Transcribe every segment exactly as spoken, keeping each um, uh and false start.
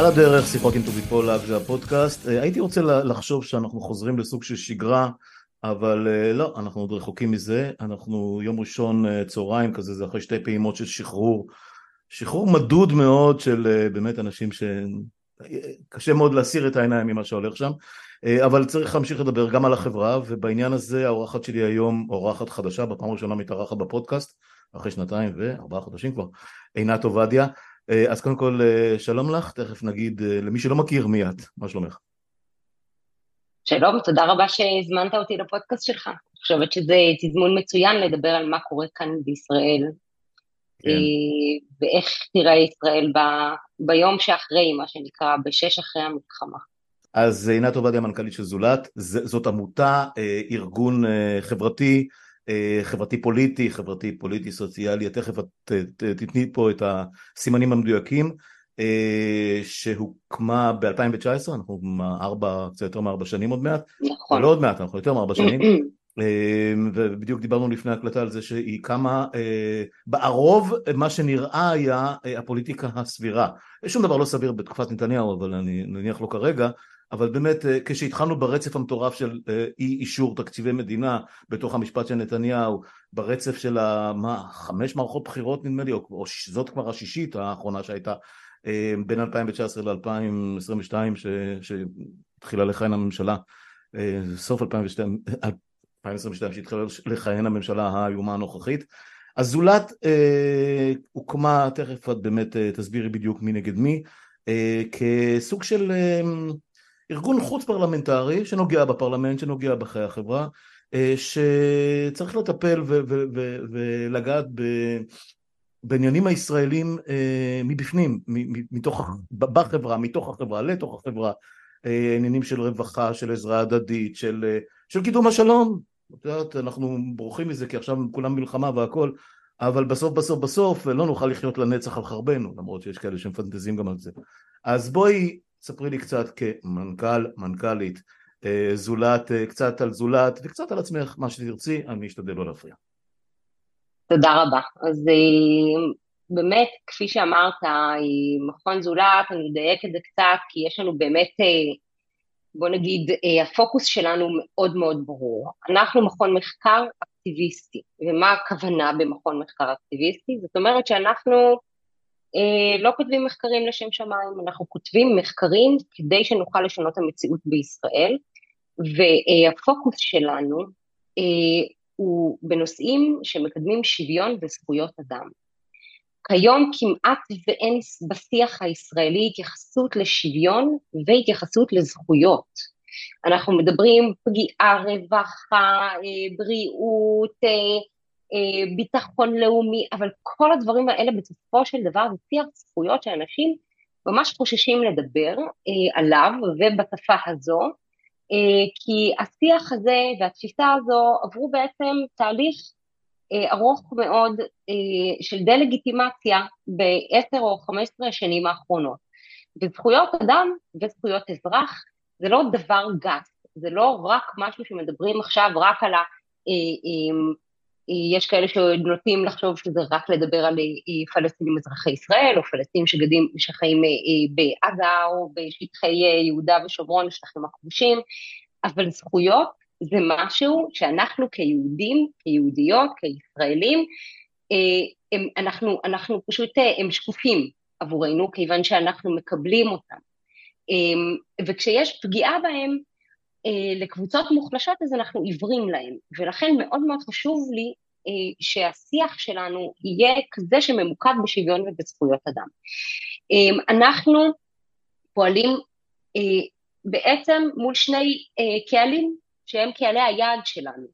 על הדרך, שיחות עם טובי פולק, זה הפודקאסט. הייתי רוצה לחשוב שאנחנו חוזרים לסוג של שגרה, אבל לא, אנחנו עוד רחוקים מזה. אנחנו יום ראשון צהריים כזה, זה אחרי שתי פעימות של שחרור, שחרור מדוד מאוד של באמת אנשים שקשה מאוד להסיר את העיניים ממה שהולך שם, אבל צריך להמשיך לדבר גם על החברה, ובעניין הזה האורחת שלי היום, אורחת חדשה, בפעם הראשונה מתארחת בפודקאסט, אחרי שנתיים וארבעה חודשים כבר, עינת עובדיה. אז קודם כל שלום לך, תכף נגיד למי שלא מכיר מי את, מה שלומך? שלום, תודה רבה שהזמנת אותי לפודקאסט שלך. אני חושבת שזה תזמון מצוין לדבר על מה קורה כאן בישראל, כן. ואיך תראה ישראל ב, ביום שאחרי, מה שנקרא, בשש אחרי המלחמה. אז עינת עובדיה, מנכ"לית של זולת, זאת עמותה, ארגון חברתי, חברתי פוליטי, חברתי פוליטי סוציאלי, תכף את תתני פה את הסימנים המדויקים, שהוקמה ב-אלפיים תשע עשרה, אנחנו ארבע, קצת יותר מארבע שנים עוד מעט, נכון. ולא עוד מעט, אנחנו יותר מארבע שנים, ובדיוק דיברנו לפני הקלטה על זה שהיא קמה, בערוב מה שנראה היה הפוליטיקה הסבירה, שום דבר לא סביר בתקופת נתניהו, אבל אני נניח לא כרגע, אבל באמת כשהתחלנו ברצף המטורף של אי אישור תקציבי מדינה בתוך המשפט של נתניהו, ברצף של מה, חמש מערכות בחירות נדמה לי, או, או זאת כבר השישית האחרונה שהייתה בין אלפיים תשע עשרה ל-אלפיים עשרים ושתיים שהתחילה לכהן הממשלה, סוף אלפיים עשרים ושתיים שהתחילה לכהן הממשלה האיומה הנוכחית. אז זולת אה, הוקמה, תכף את באמת תסבירי בדיוק מי נגד מי, אה, כסוג של אה, ארגון חוץ פרלמנטרי שנוגע בפרלמנט, שנוגע בחיי החברה, שצריך לטפל ולגעת בעניינים הישראלים מבפנים, מתוך, בחברה, מתוך החברה, לתוך החברה, עניינים של רווחה, של עזרה הדדית, של, של קידום השלום. את יודעת, אנחנו בורחים מזה כי עכשיו כולם מלחמה והכל, אבל בסוף בסוף בסוף לא נוכל לחיות לנצח על חרבנו, למרות שיש כאלה שמפנטזים גם על זה. אז בואי ספרי לי קצת כמנכ"ל, מנכ"לית, זולת, קצת על זולת וקצת על עצמך, מה שתרצי, אני אשתדל לא להפריע. תודה רבה. אז באמת, כפי שאמרת, מכון זולת, אני אדייק את זה קצת, כי יש לנו באמת, בוא נגיד, הפוקוס שלנו מאוד מאוד ברור. אנחנו מכון מחקר אקטיביסטי, ומה הכוונה במכון מחקר אקטיביסטי? זאת אומרת שאנחנו לא כותבים מחקרים לשם שמיים, אנחנו כותבים מחקרים כדי שנוכל לשנות המציאות בישראל, והפוקוס שלנו הוא בנושאים שמקדמים שוויון וזכויות אדם. כיום כמעט ואין בשיח הישראלי התייחסות לשוויון והתייחסות לזכויות. אנחנו מדברים פגיעה, רווחה, בריאות, ביטחון לאומי, אבל כל הדברים האלה בסופו של דבר זה שיח זכויות שאנשים ממש חוששים לדבר עליו ובשפה הזו, כי השיח הזה והתפיסה הזו עברו בעצם תהליך ארוך מאוד של דה-לגיטימציה בעשר או חמש עשרה השנים האחרונות. וזכויות אדם וזכויות אזרח זה לא דבר גס, זה לא רק משהו שמדברים עכשיו רק על ה... יש כאלה שנוטים לחשוב שזה רק לדבר על פלסטינים אזרחי ישראל, או פלסטינים שגדים, שחיים בעזה, או בשטחי יהודה ושומרון, שטחים הכבושים, אבל זכויות זה משהו שאנחנו כיהודים, כיהודיות, כישראלים, הם, אנחנו, אנחנו פשוט, הם שקופים עבורנו, כיוון שאנחנו מקבלים אותם. וכשיש פגיעה בהם, לקבוצות מוחלשות, אז אנחנו עיוורים להם, ולכן מאוד מאוד חשוב לי שהשיח שלנו יהיה כזה שממוקד בשוויון ובזכויות אדם. אנחנו פועלים בעצם מול שני קהלים, שהם קהלי היעד שלנו.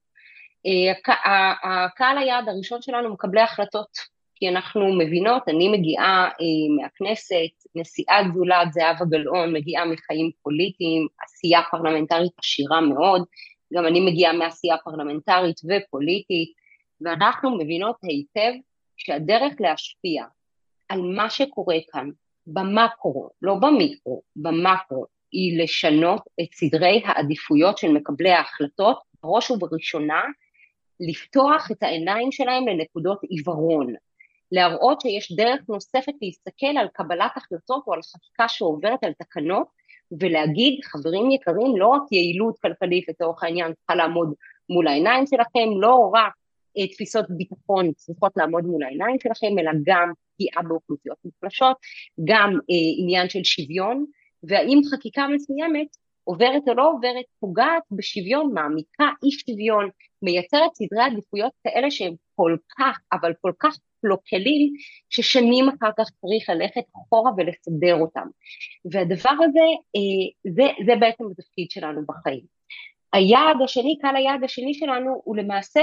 הקהל היעד הראשון שלנו מקבלי החלטות, כי אנחנו מבינות, אני מגיעה מהכנסת, נשיאת זולת, זהבה גלאון, מגיעה מחיים פוליטיים, עשייה פרלמנטרית עשירה מאוד, גם אני מגיעה מעשייה פרלמנטרית ופוליטית, ואנחנו מבינות היטב שהדרך להשפיע על מה שקורה כאן, במקרו, לא במיקרו, במקרו, היא לשנות את סדרי העדיפויות של מקבלי ההחלטות, בראש ובראשונה, לפתוח את העיניים שלהם לנקודות עיוורון. להראות שיש דרך נוספת להסתכל על קבלת החלטות או על חקיקה שעוברת על תקנות, ולהגיד, חברים יקרים, לא רק יעילות כלכלית לתוך העניין צריכה לעמוד מול העיניים שלכם, לא רק אה, תפיסות ביטחון צריכות לעמוד מול העיניים שלכם, אלא גם פגיעה באוכלוסיות מוחלשות, גם אה, עניין של שוויון, והאם חקיקה מסוימת עוברת או לא עוברת, פוגעת בשוויון, מעמיקה אי שוויון, מייצרת סדרי עדיפויות כאלה שהם כל כך, אבל כל כך קלוקלים, ששנים אחר כך צריך ללכת אחורה ולסדר אותם. והדבר הזה, זה, זה בעצם התפקיד שלנו בחיים. היעד השני, קהל היעד השני שלנו, הוא למעשה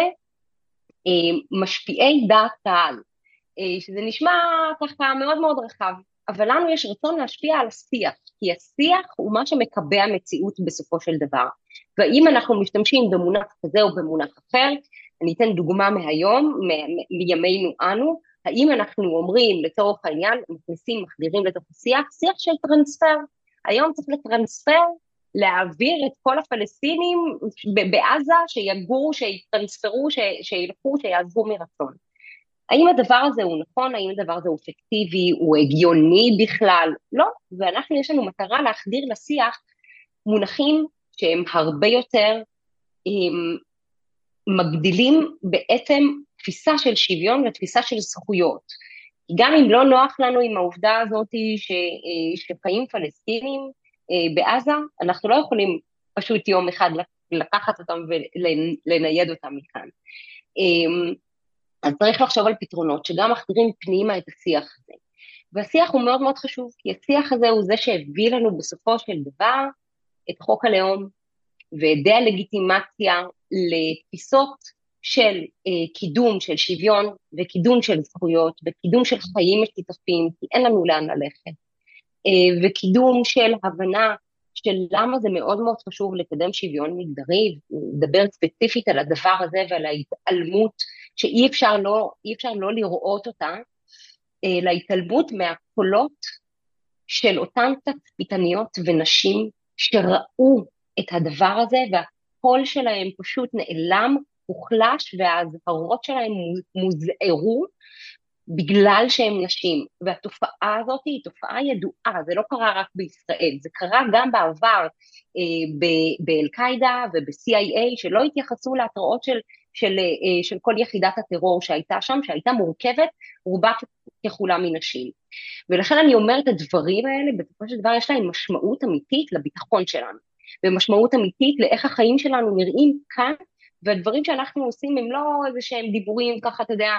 משפיעי דעת קהל, שזה נשמע ככה מאוד מאוד רחב, אבל לנו יש רצון להשפיע על השיח, כי השיח הוא מה שמקבע מציאות בסופו של דבר. ואם אנחנו משתמשים במונח כזה או במונח אחר, אני אתן דוגמה מהיום, מימינו אנו, האם אנחנו אומרים לצורך העניין, מכניסים, מחדירים לתוך השיח, שיח של טרנספר. היום צריך לטרנספר, להעביר את כל הפלסטינים בעזה, שיגורו, שיטרנספרו, שילכו, שיעזבו מרצון. האם הדבר הזה הוא נכון? האם הדבר הזה הוא אפקטיבי? הוא הגיוני בכלל? לא. ואנחנו, יש לנו מטרה להחדיר לשיח מונחים שהם הרבה יותר הם, מגדילים בעצם תפיסה של שוויון ותפיסה של זכויות. גם אם לא נוח לנו עם העובדה הזאת ש, שחיים פלסטינים בעזה, אנחנו לא יכולים פשוט יום אחד לקחת אותם ולנייד אותם מכאן. אז צריך לחשוב על פתרונות שגם מחדירים פנימה את השיח הזה. והשיח הוא מאוד מאוד חשוב, כי השיח הזה הוא זה שהביא לנו בסופו של דבר את חוק הלאום, ודי הלגיטימציה לתפיסות של אה, קידום של שוויון, וקידום של זכויות, וקידום של חיים משותפים, כי אין לנו לאן ללכת, אה, וקידום של הבנה של למה זה מאוד מאוד חשוב לקדם שוויון מגדרי, לדבר ספציפית על הדבר הזה ועל ההתעלמות, שאי אפשר לא, אי אפשר לא לראות אותה, אה, להתעלמות מהקולות של אותן תצפיתניות ונשים שראו את הדבר הזה, והקול שלהם פשוט נעלם, הוחלש, וההזהרות שלהם מוזערו, בגלל שהם נשים. והתופעה הזאת היא תופעה ידועה, זה לא קרה רק בישראל, זה קרה גם בעבר אה, באל-קאידה וב-סי איי איי, שלא התייחסו להתראות של, של, אה, של כל יחידת הטרור שהייתה שם, שהייתה מורכבת, רובה ככולה מנשים. ולכן אני אומרת, הדברים האלה, בסופו של דבר יש להם משמעות אמיתית לביטחון שלנו, ומשמעות אמיתית לאיך החיים שלנו נראים כאן, והדברים שאנחנו עושים הם לא איזה שהם דיבורים, ככה אתה יודע,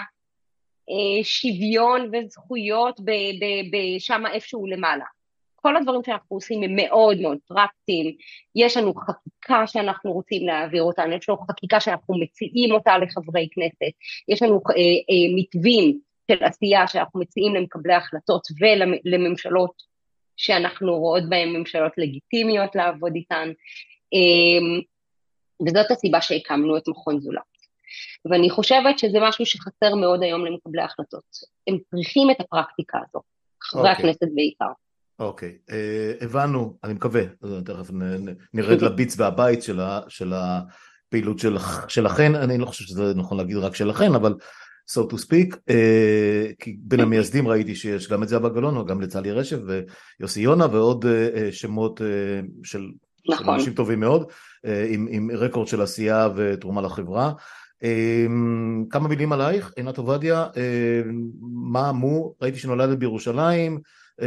שוויון וזכויות שם איפשהו למעלה. כל הדברים שאנחנו עושים הם מאוד מאוד פרקטיים, יש לנו חקיקה שאנחנו רוצים להעביר אותה, יש לנו חקיקה שאנחנו מציעים אותה לחברי כנסת, יש לנו אה, אה, מתווים של עשייה שאנחנו מציעים למקבלי החלטות ולממשלות שאנחנו רואות בהן ממשלות לגיטימיות לעבוד איתן, אה, וזאת הסיבה שהקמנו את מכון זולת. ואני חושבת שזה משהו שחסר מאוד היום למקבלי ההחלטות. הם צריכים את הפרקטיקה הזו, חברי okay. הכנסת בעיקר. אוקיי, okay. uh, הבנו, אני מקווה, תכף נרד לביץ והבית של, ה, של הפעילות של, שלכן, אני לא חושב שזה נכון להגיד רק שלכן, אבל so to speak, uh, כי בין המייסדים ראיתי שיש גם את זהבה גלאון, גם לצלי רשף ויוסי יונה, ועוד uh, שמות uh, של, נכון. של אנשים טובים מאוד, uh, עם, עם רקורד של עשייה ותרומה לחברה. כמה מילים עלייך, עינת עובדיה, מה מו, ראיתי שנולדת בירושלים,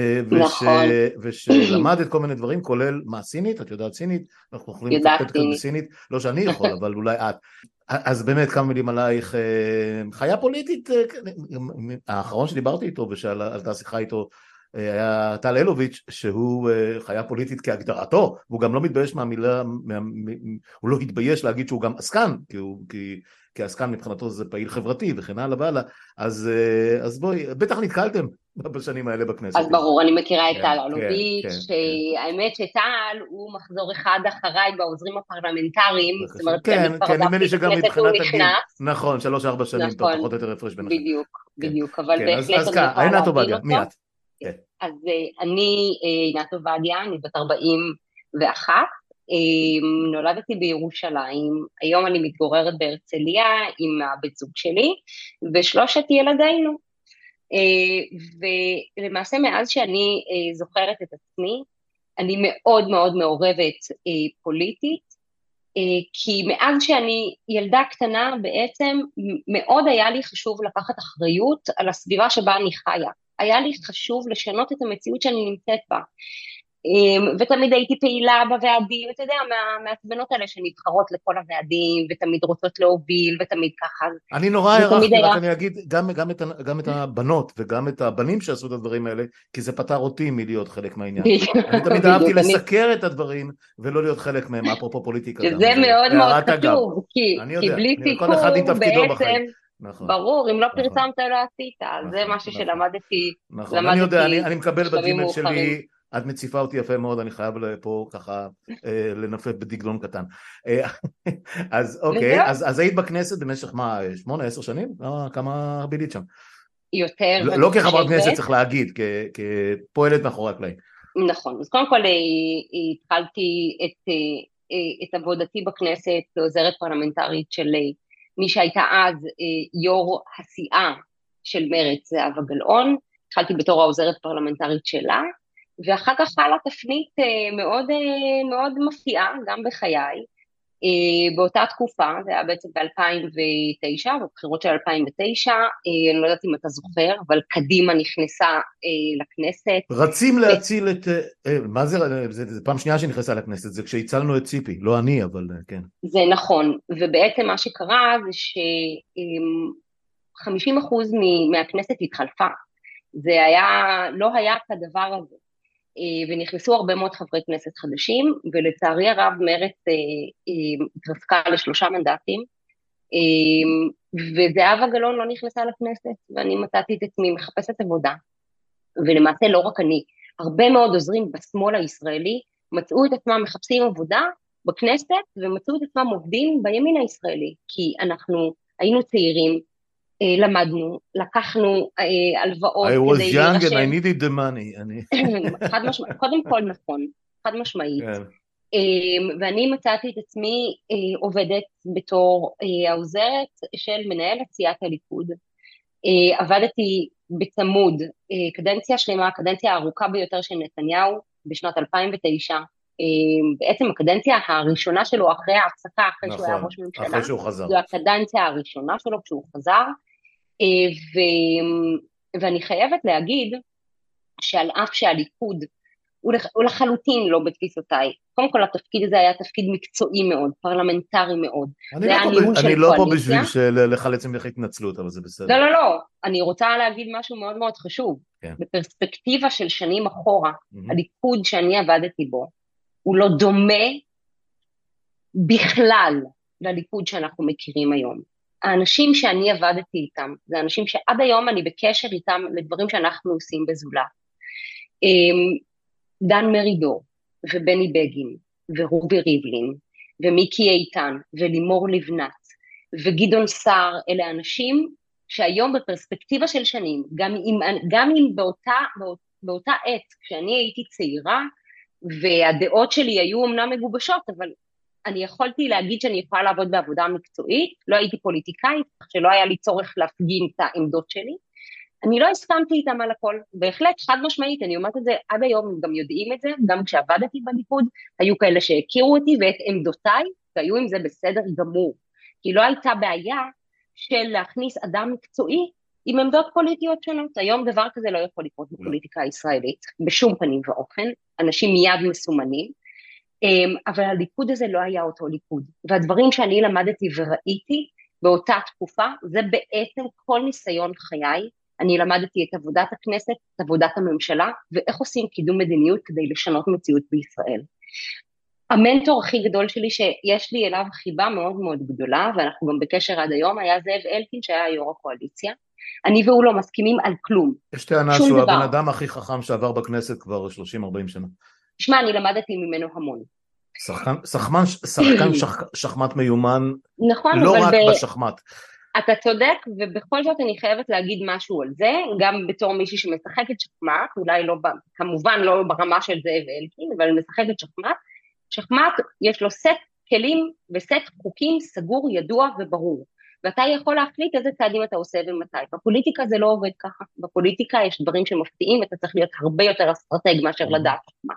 ושלמדת כל מיני דברים, כולל מה סינית, את יודעת סינית, אנחנו יכולים לצטט כאן בסינית, לא שאני יכול, אבל אולי את. אז באמת כמה מילים עלייך, חיה פוליטית, האחרון שדיברתי איתו, ושעלתה שיחה איתו, היה טל אלוביץ' שהוא חיה פוליטית כהגדרתו, והוא גם לא מתבייש מהמילה, הוא לא התבייש להגיד שהוא גם עסקן, כי כי עסקן מבחינתו זה פעיל חברתי וכן הלאה והלאה, אז, אז בואי, בטח נתקלתם בשנים האלה בכנסת. אז ברור, אני מכירה את טל אלוביץ', שהאמת שטל הוא מחזור אחד אחריי בעוזרים הפרלמנטריים, זאת אומרת, כן, כן, נדמה לי שגם מבחינת הגיל, נכון, שלוש ארבע שנים, פחות או יותר הפרש ביניכם. בדיוק, בדיוק, אבל בהחלט אני יכולה להבין אותו. מי את? אז אני עינת עובדיה, אני בת ארבעים ואחת, נולדתי בירושלים, היום אני מתגוררת בהרצליה עם הבית זוג שלי, ושלושת ילדינו. ולמעשה מאז שאני זוכרת את עצמי, אני מאוד מאוד מעורבת פוליטית, כי מאז שאני ילדה קטנה בעצם מאוד היה לי חשוב לקחת אחריות על הסביבה שבה אני חיה. היה לי חשוב לשנות את המציאות שאני נמצאת בה. ותמיד הייתי פעילה בוועדים, אתה יודע, מה, מהתבנות האלה שנבחרות לכל הוועדים, ותמיד רוצות להוביל, ותמיד ככה. אני נורא הערכתי, היה... רק אני אגיד, גם, גם, את, גם את הבנות וגם את הבנים שעשו את הדברים האלה, כי זה פתר אותי מלהיות חלק מהעניין. אני תמיד אהבתי לסקר את הדברים, ולא להיות חלק מהם, אפרופו פוליטיקה. שזה גם, מאוד מאוד חשוב, כי, כי בלי סיקור בעצם, נכון, ברור, אם לא נכון, פרסמת לא עשית, נכון, זה משהו נכון, שלמדתי, נכון, למדתי אני יודע, אני, אני מקבל בשלבים בג'ימל מאוחרים. שלי, את מציפה אותי יפה מאוד, אני חייב פה ככה אה, לנפף בדגלון קטן. אה, אז אוקיי, אז, אז היית בכנסת במשך מה, שמונה, עשר שנים? אה, כמה בילית שם? יותר, לא, לא כחברת כנסת צריך להגיד, כ, כפועלת מאחורי הקלעים. נכון, אז קודם כל התחלתי את, את עבודתי בכנסת כעוזרת פרלמנטרית של מי שהייתה אז יו"ר הסיעה של מרצ, זהבה גלאון, התחלתי בתור העוזרת פרלמנטרית שלה, ואחר כך חלה תפנית מאוד, מאוד מפתיעה, גם בחיי, באותה תקופה, זה היה בעצם ב-אלפיים ותשע, בבחירות של אלפיים ותשע, אני לא יודעת אם אתה זוכר, אבל קדימה נכנסה לכנסת. רצים להציל את, מה זה, זה, זה פעם שנייה שנכנסה לכנסת, זה כשהצלנו את ציפי, לא אני, אבל כן. זה נכון, ובעצם מה שקרה זה ש-חמישים אחוז מהכנסת התחלפה, זה היה, לא היה כדבר הזה. ונכנסו הרבה מאוד חברי כנסת חדשים, ולצערי הרב מרצ התרסקה לשלושה מנדטים, וזהבה גלאון לא נכנסה לכנסת, ואני מצאתי את עצמי מחפשת עבודה, ולמעשה לא רק אני, הרבה מאוד עוזרים בשמאל הישראלי, מצאו את עצמם מחפשים עבודה בכנסת, ומצאו את עצמם עובדים בימין הישראלי, כי אנחנו היינו צעירים, למדנו, לקחנו הלוואות כדי להירשם. I was young and I needed the money. חד משמעית, קודם כל נכון, חד משמעית. ואני מצאתי את עצמי עובדת בתור העוזרת של מנהלת סיעת הליכוד. עבדתי בצמוד קדנציה שלמה, הקדנציה הארוכה ביותר של נתניהו בשנת אלפיים ותשע. בעצם הקדנציה הראשונה שלו אחרי ההפסקה, אחרי שהוא היה ראש ממשלה. אחרי שהוא חזר. זו הקדנציה הראשונה שלו כשהוא חזר. ו... ואני חייבת להגיד שעל אף שהליכוד הוא, לח... הוא לחלוטין לא בתפיסותיי, קודם כל התפקיד הזה היה תפקיד מקצועי מאוד, פרלמנטרי מאוד. אני לא, פה, אני לא פה בשביל של... לחלץ ממך התנצלות, אבל זה בסדר. לא, לא, לא, אני רוצה להגיד משהו מאוד מאוד חשוב. כן. בפרספקטיבה של שנים אחורה, mm-hmm. הליכוד שאני עבדתי בו, הוא לא דומה בכלל לליכוד שאנחנו מכירים היום. האנשים שאני עבדתי איתם, זה אנשים שעד היום אני בקשר איתם לדברים שאנחנו עושים בזולה. דן מרידור, ובני בגין, ורובי ריבלין, ומיקי איתן, ולימור לבנת, וגדעון סער, אלה אנשים שהיום בפרספקטיבה של שנים, גם אם, גם אם באותה, באותה עת, כשאני הייתי צעירה, והדעות שלי היו אמנם מגובשות, אבל אני יכולתי להגיד שאני יכולה לעבוד בעבודה מקצועית, לא הייתי פוליטיקאית, שלא היה לי צורך להפגין את העמדות שלי, אני לא הסכמתי איתם על הכל, בהחלט חד משמעית, אני אומרת את זה עד היום, הם גם יודעים את זה, גם כשעבדתי בליכוד, היו כאלה שהכירו אותי ואת עמדותיי, והיו עם זה בסדר גמור, כי לא הייתה בעיה של להכניס אדם מקצועי עם עמדות פוליטיות שונות, היום דבר כזה לא יכול לקרות בפוליטיקה הישראלית, בשום פנים ואופן, אנשים מיד מסומנים, אבל הליכוד הזה לא היה אותו ליכוד, והדברים שאני למדתי וראיתי באותה תקופה, זה בעצם כל ניסיון חיי, אני למדתי את עבודת הכנסת, את עבודת הממשלה, ואיך עושים קידום מדיניות כדי לשנות מציאות בישראל. המנטור הכי גדול שלי שיש לי אליו חיבה מאוד מאוד גדולה, ואנחנו גם בקשר עד היום, היה זאב אלקין שהיה יו"ר הקואליציה, אני והוא לא מסכימים על כלום. יש טענה שהוא הבן אדם הכי חכם שעבר בכנסת כבר שלושים ארבעים שנה. תשמע, אני למדתי ממנו המון. שחקן, שחקן, שחקן שח, שחמט מיומן, נכון, לא רק ב... בשחמט. אתה צודק, ובכל זאת אני חייבת להגיד משהו על זה, גם בתור מישהי שמשחקת שחמט, אולי לא, כמובן לא ברמה של זאב אלקין, אבל משחקת שחמט, שחמט יש לו סט כלים וסט חוקים סגור, ידוע וברור. ואתה יכול להחליט איזה צעדים אתה עושה ומתי. בפוליטיקה זה לא עובד ככה, בפוליטיקה יש דברים שמפתיעים, ואתה צריך להיות הרבה יותר אסטרטג מאשר לדעת מה.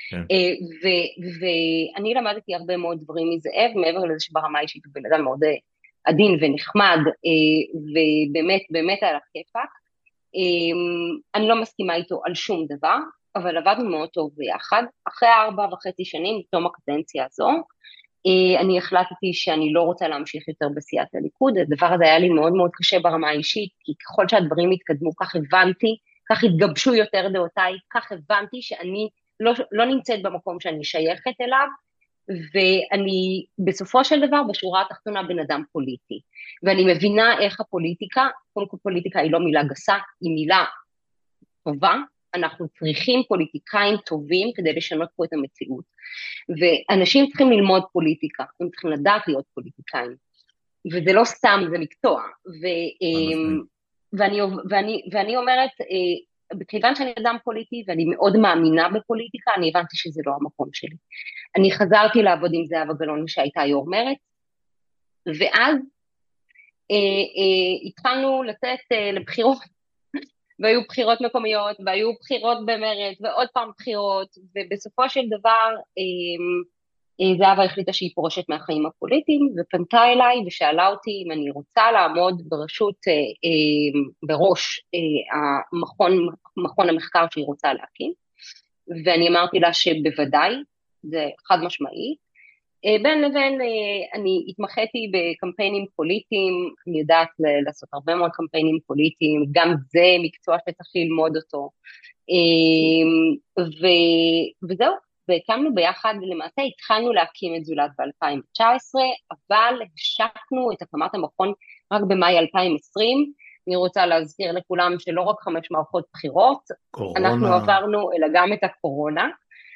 ואני למדתי הרבה מאוד דברים מזאב, מעבר לזה שברמה האישית הוא בן אדם מאוד עדין ונחמד, ובאמת, באמת היה לך כיפק. אני לא מסכימה איתו על שום דבר, אבל עבדנו מאוד טוב ביחד. אחרי ארבע וחצי שנים, בתום הקדנציה הזו, אני החלטתי שאני לא רוצה להמשיך יותר בסיעת הליכוד. הדבר הזה היה לי מאוד מאוד קשה ברמה האישית, כי ככל שהדברים התקדמו, כך הבנתי, כך התגבשו יותר דעותיי, כך הבנתי שאני לא, לא נמצאת במקום שאני שייכת אליו, ואני בסופו של דבר בשורה התחתונה בן אדם פוליטי, ואני מבינה איך הפוליטיקה, קודם כל פוליטיקה היא לא מילה גסה, היא מילה טובה, אנחנו צריכים פוליטיקאים טובים כדי לשנות פה את המציאות, ואנשים צריכים ללמוד פוליטיקה, הם צריכים לדעת להיות פוליטיקאים, וזה לא סתם, זה מקצוע, ו, ואני, ואני, ואני אומרת, בכיוון שאני אדם פוליטי ואני מאוד מאמינה בפוליטיקה, אני הבנתי שזה לא המקום שלי. אני חזרתי לעבוד עם זהבה גלאון שהייתה יו"ר מרצ, ואז אה, אה, התחלנו לצאת אה, לבחירות, והיו בחירות מקומיות, והיו בחירות במרצ, ועוד פעם בחירות, ובסופו של דבר אה, אה, זהבה החליטה שהיא פורשת מהחיים הפוליטיים, ופנתה אליי ושאלה אותי אם אני רוצה לעמוד בראשות, אה, אה, בראש אה, המכון, מכון המחקר שהיא רוצה להקים, ואני אמרתי לה שבוודאי, זה חד משמעי, אה, בין לבין אה, אני התמחיתי בקמפיינים פוליטיים, אני יודעת לעשות הרבה מאוד קמפיינים פוליטיים, גם זה מקצוע שצריך ללמוד אותו, אה, ו, וזהו, והקמנו ביחד, למעשה התחלנו להקים את זולת ב-אלפיים תשע עשרה, אבל השקנו את הקמת המכון רק במאי אלפיים עשרים, אני רוצה להזכיר לכולם שלא רק חמש מערכות בחירות, קורונה. אנחנו עברנו אלא גם את הקורונה,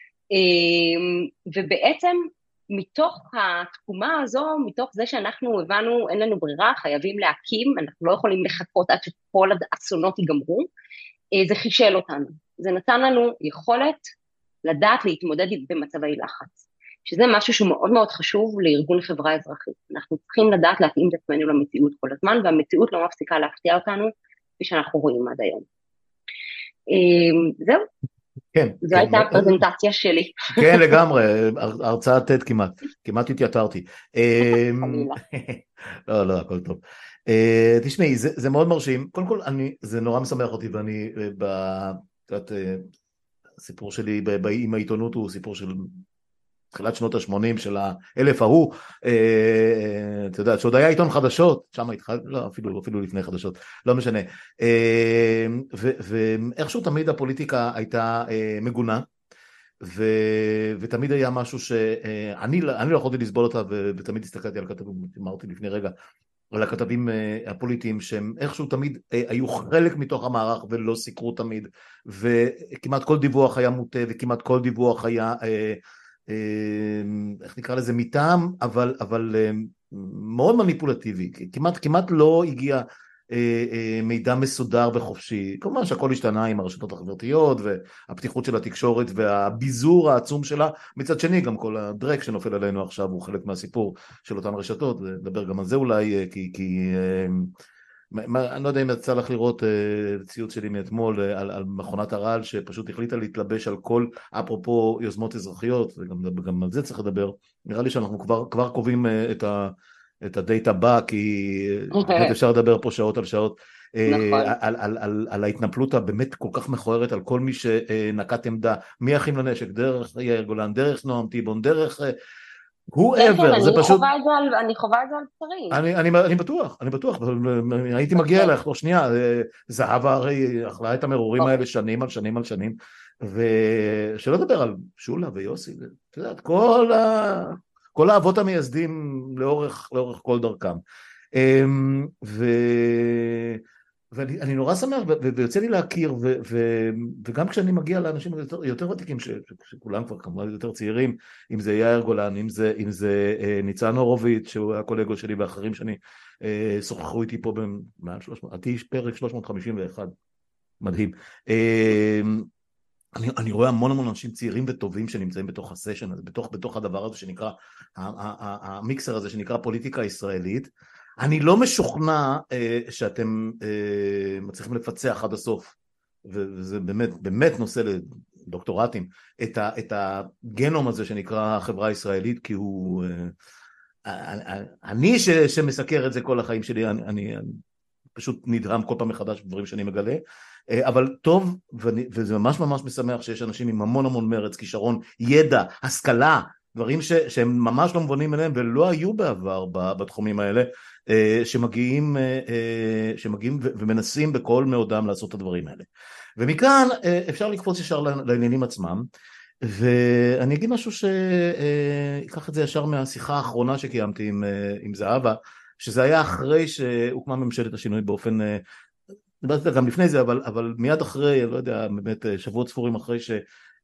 ובעצם מתוך התקומה הזו, מתוך זה שאנחנו הבנו, אין לנו ברירה, חייבים להקים, אנחנו לא יכולים לחכות עד שכל האסונות ייגמרו, זה חישל אותנו, זה נתן לנו יכולת, לדעת להתמודד במצבי לחץ, שזה משהו שהוא מאוד מאוד חשוב לארגון חברה אזרחית. אנחנו צריכים לדעת להתאים את עצמנו למציאות כל הזמן, והמציאות לא מפסיקה להפתיע אותנו, כפי שאנחנו רואים עד היום. זהו. כן. זו הייתה הפרזנטציה שלי. כן, לגמרי, הרצאת תד כמעט, כמעט התייתרתי. לא, לא, הכל טוב. תשמעי, זה מאוד מרשים. קודם כל, זה נורא משמח אותי, ואני, הסיפור שלי עם העיתונות הוא סיפור של תחילת שנות ה-שמונים של האלף ההוא, אתה יודע, שעוד היה עיתון חדשות, שם התחל, לא, אפילו, אפילו לפני חדשות, לא משנה, ואיכשהו תמיד הפוליטיקה הייתה מגונה, ותמיד היה משהו שאני לא יכולתי לסבול אותה, ותמיד הסתכלתי על כתבים, אמרתי לפני רגע, על הכתבים הפוליטיים שהם איכשהו תמיד היו חלק מתוך המערך ולא סיקרו תמיד, וכמעט כל דיווח היה מוטה וכמעט כל דיווח היה, איך נקרא לזה, מטעם, אבל, אבל מאוד מניפולטיבי, כמעט, כמעט לא הגיע מידע מסודר וחופשי. כלומר שהכל השתנה עם הרשתות החברתיות והפתיחות של התקשורת והביזור העצום שלה. מצד שני גם כל הדרק שנופל עלינו עכשיו הוא חלק מהסיפור של אותן רשתות, נדבר גם על זה אולי, כי, כי אני לא יודע אם יצא לך לראות ציוץ שלי מאתמול על, על מכונת הרעל שפשוט החליטה להתלבש על כל, אפרופו יוזמות אזרחיות, וגם גם על זה צריך לדבר. נראה לי שאנחנו כבר, כבר קובעים את ה את הדייט הבא, כי באמת אפשר לדבר פה שעות על שעות, על, על, על, על ההתנפלות הבאמת כל כך מכוערת על כל מי שנקט עמדה, מי אחים לנשק, דרך יאיר גולן, דרך נועם טיבון, דרך whoever, זה פשוט... אני חווה את זה על בשרי. אני, אני, אני בטוח, אני בטוח, הייתי מגיע אליך, או שנייה, זהבה הרי אכלה את המרורים האלה שנים על שנים על שנים, ושלא לדבר על שולה ויוסי, אתה יודעת, כל ה... כל האבות המייסדים לאורך, לאורך כל דרכם. ו... ואני אני נורא שמח, ויוצא לי להכיר, ו... ו... וגם כשאני מגיע לאנשים יותר, יותר ותיקים, ש... שכולם כבר כמובן יותר צעירים, אם זה יאיר גולן, אם זה, אם זה ניצן הורוביץ, שהוא הקולגו שלי ואחרים שאני שוחחו איתי פה במעל שלוש מאות, עתי פרק שלוש מאות חמישים ואחת, מדהים. אני, אני רואה המון המון אנשים צעירים וטובים שנמצאים בתוך הסשן הזה, בתוך, בתוך הדבר הזה שנקרא, המיקסר הזה שנקרא פוליטיקה ישראלית, אני לא משוכנע אה, שאתם אה, מצליחים לפצח עד הסוף, וזה באמת, באמת נושא לדוקטורטים, את, ה, את הגנום הזה שנקרא החברה הישראלית, כי הוא, אה, אני ש, שמסקר את זה כל החיים שלי, אני, אני, אני פשוט נדהם כל פעם מחדש בדברים שאני מגלה, אה, אבל טוב, ואני, וזה ממש ממש משמח שיש אנשים עם המון המון מרץ, כישרון, ידע, השכלה, דברים ש, שהם ממש לא מובנים אליהם ולא היו בעבר בתחומים האלה, שמגיעים, שמגיעים ומנסים בכל מאודם לעשות את הדברים האלה. ומכאן אפשר לקפוץ ישר לעניינים עצמם, ואני אגיד משהו שיקח את זה ישר מהשיחה האחרונה שקיימתי עם, עם זהבה, שזה היה אחרי שהוקמה ממשלת השינוי באופן, דיברתי גם לפני זה, אבל, אבל מיד אחרי, לא יודע, באמת שבועות ספורים אחרי ש...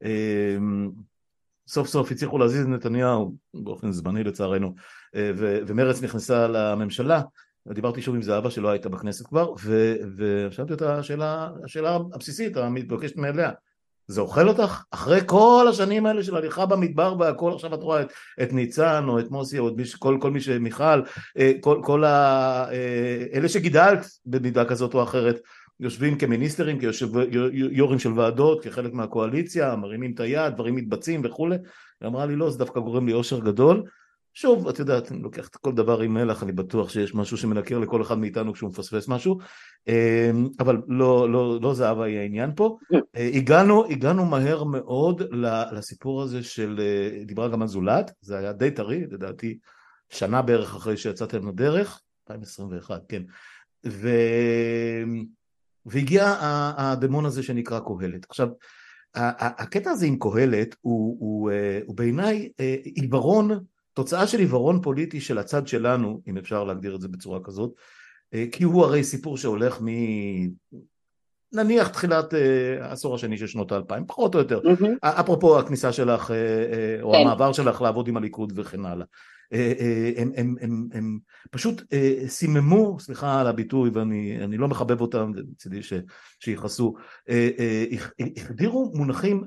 סוף סוף הצליחו להזיז את נתניהו, באופן זמני לצערנו, ו- ומרץ נכנסה לממשלה, דיברתי שוב עם זהבה שלא הייתה בכנסת כבר, ושאלתי אותה השאלה, השאלה הבסיסית, המתבקשת מאליה, זה אוכל אותך? אחרי כל השנים האלה של הליכה במדבר והכל, עכשיו את רואה את, את ניצן או את מוסי או את מי, כל, כל מי שמיכל, כל, כל ה, אלה שגידלת במידה כזאת או אחרת, יושבים כמיניסטרים, כיו"רים של ועדות, כחלק מהקואליציה, מרימים את היד, דברים מתבצעים וכו'. היא אמרה לי לא, זה דווקא גורם לי אושר גדול. שוב, את יודעת, אני לוקח את כל דבר עם מלח, אני בטוח שיש משהו שמנקר לכל אחד מאיתנו כשהוא מפספס משהו, אבל לא, לא, לא זהבה היא העניין פה. הגענו, הגענו מהר מאוד לסיפור הזה של, דיברה גם על זולת, זה היה די טרי, לדעתי, שנה בערך אחרי שיצאתם לדרך, אלפיים עשרים ואחת, כן. ו... והגיע הדמון הזה שנקרא קהלת. עכשיו, הקטע הזה עם קהלת הוא, הוא, הוא בעיניי עיוורון, תוצאה של עיוורון פוליטי של הצד שלנו, אם אפשר להגדיר את זה בצורה כזאת, כי הוא הרי סיפור שהולך מ... נניח תחילת העשור השני של שנות האלפיים, פחות או יותר. Mm-hmm. אפרופו הכניסה שלך, או כן. המעבר שלך לעבוד עם הליכוד וכן הלאה. הם, הם, הם, הם פשוט סיממו, סליחה על הביטוי, ואני אני לא מחבב אותם, צדי ש, שיחסו, החדירו מונחים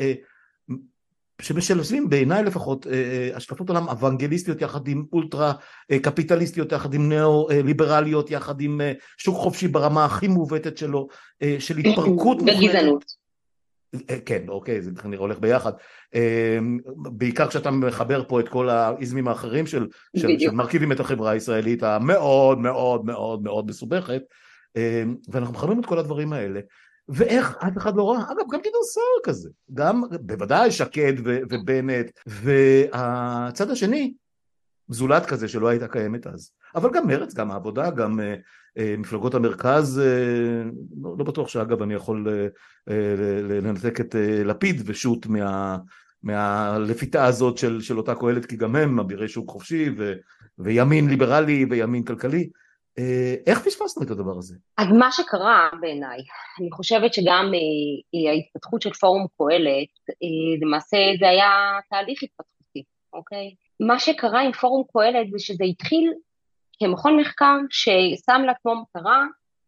שמשלבים בעיניי לפחות השקפות עולם אוונגליסטיות יחד עם אולטרה קפיטליסטיות, יחד עם נאו-ליברליות, יחד עם שוק חופשי ברמה הכי מעוותת שלו, של התפרקות וגזענות. כן, אוקיי, זה כנראה הולך ביחד. בעיקר כשאתה מחבר פה את כל האיזמים האחרים של, של, שמרכיבים את החברה הישראלית המאוד מאוד מאוד מאוד מסובכת, ואנחנו מחברים את כל הדברים האלה. ואיך אף אחד לא ראה, אגב גם גדעון סער כזה, גם בוודאי שקד ו- ובנט, והצד השני זולת כזה שלא הייתה קיימת אז, אבל גם מרץ, גם העבודה, גם uh, uh, מפלגות המרכז, uh, לא, לא בטוח שאגב אני יכול uh, uh, לנתק את uh, לפיד ושות מה, מהלפיתה הזאת של, של אותה קהלת, כי גם הם אבירי שוק חופשי ו- וימין ליברלי וימין כלכלי. איך פספסנו את הדבר הזה? אז מה שקרה בעיניי, אני חושבת שגם ההתפתחות של פורום קהלת, למעשה זה היה תהליך התפתחותי, אוקיי? מה שקרה עם פורום קהלת זה שזה התחיל כמכון מחקר ששם לעצמו מטרה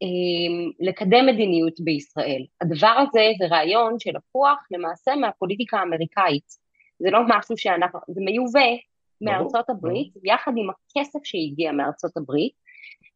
לקדם מדיניות בישראל. הדבר הזה זה רעיון שלקוח למעשה מהפוליטיקה האמריקאית. זה לא משהו שאנחנו, זה מיובא מארצות הברית, יחד עם הכסף שהגיע מארצות הברית,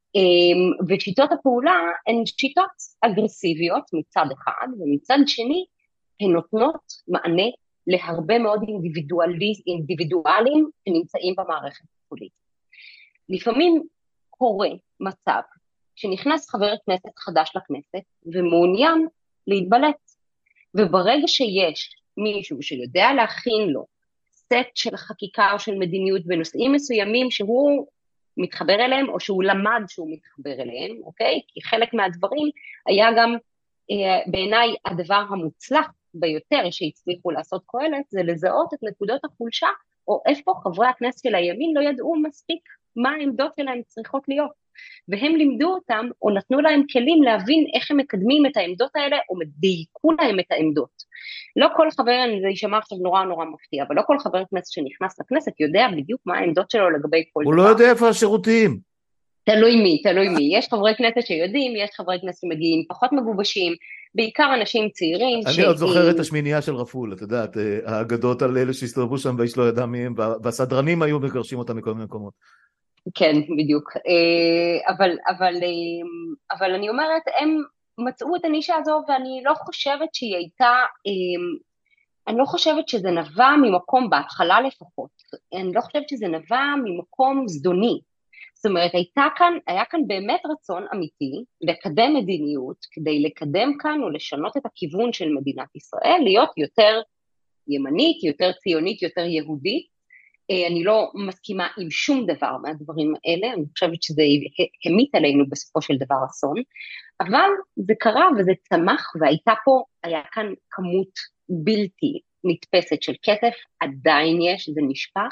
ושיטות הפעולה הן שיטות אגרסיביות מצד אחד, ומצד שני הן נותנות מענה להרבה מאוד אינדיבידואלים שנמצאים במערכת הפוליטית. לפעמים קורה מצב שנכנס חבר כנסת חדש לכנסת ומעוניין להתבלט, וברגע שיש מישהו שיודע להכין לו סט של חקיקה או של מדיניות בנושאים מסוימים שהוא מתחבר אליהם, או שהוא למד שהוא מתחבר אליהם, אוקיי? כי חלק מהדברים היה גם אה, בעיניי הדבר המוצלח ביותר שהצליחו לעשות קהלת, זה לזהות את נקודות החולשה, או איפה חברי הכנסת של הימין לא ידעו מספיק מה העמדות שלהם צריכות להיות. והם לימדו אותם, או נתנו להם כלים להבין איך הם מקדמים את העמדות האלה, או מדייקו להם את העמדות. לא כל חבר, זה יישמע עכשיו נורא נורא מפתיע, אבל לא כל חבר כנסת שנכנס לכנסת יודע בדיוק מה העמדות שלו לגבי כל דבר. הוא לא יודע איפה השירותים. תלוי מי, תלוי מי. יש חברי כנסת שיודעים, יש חברי כנסת שמגיעים פחות מגובשים, בעיקר אנשים צעירים. אני עוד זוכר את השמינייה של רפול, את יודעת, האגדות על אלה שהסתובבו שם ואיש לא ידע מהם, והסדרנים היו מגרשים אותם מכל מיני מקומות. כן, בדיוק. אבל, אבל, אבל אני אומרת, הם מצאו את הנישה הזו, ואני לא חושבת שהיא הייתה, אני לא חושבת שזה נבע ממקום, בהתחלה לפחות, אני לא חושבת שזה נבע ממקום זדוני. זאת אומרת, הייתה כאן, היה כאן באמת רצון אמיתי לקדם מדיניות, כדי לקדם כאן ולשנות את הכיוון של מדינת ישראל, להיות יותר ימנית, יותר ציונית, יותר יהודית. אני לא מסכימה עם שום דבר מהדברים האלה, אני חושבת שזה המיט עלינו בסופו של דבר אסון, אבל זה קרה וזה צמח, והייתה פה, היה כאן כמות בלתי נתפסת של כסף, עדיין יש, זה נשפך,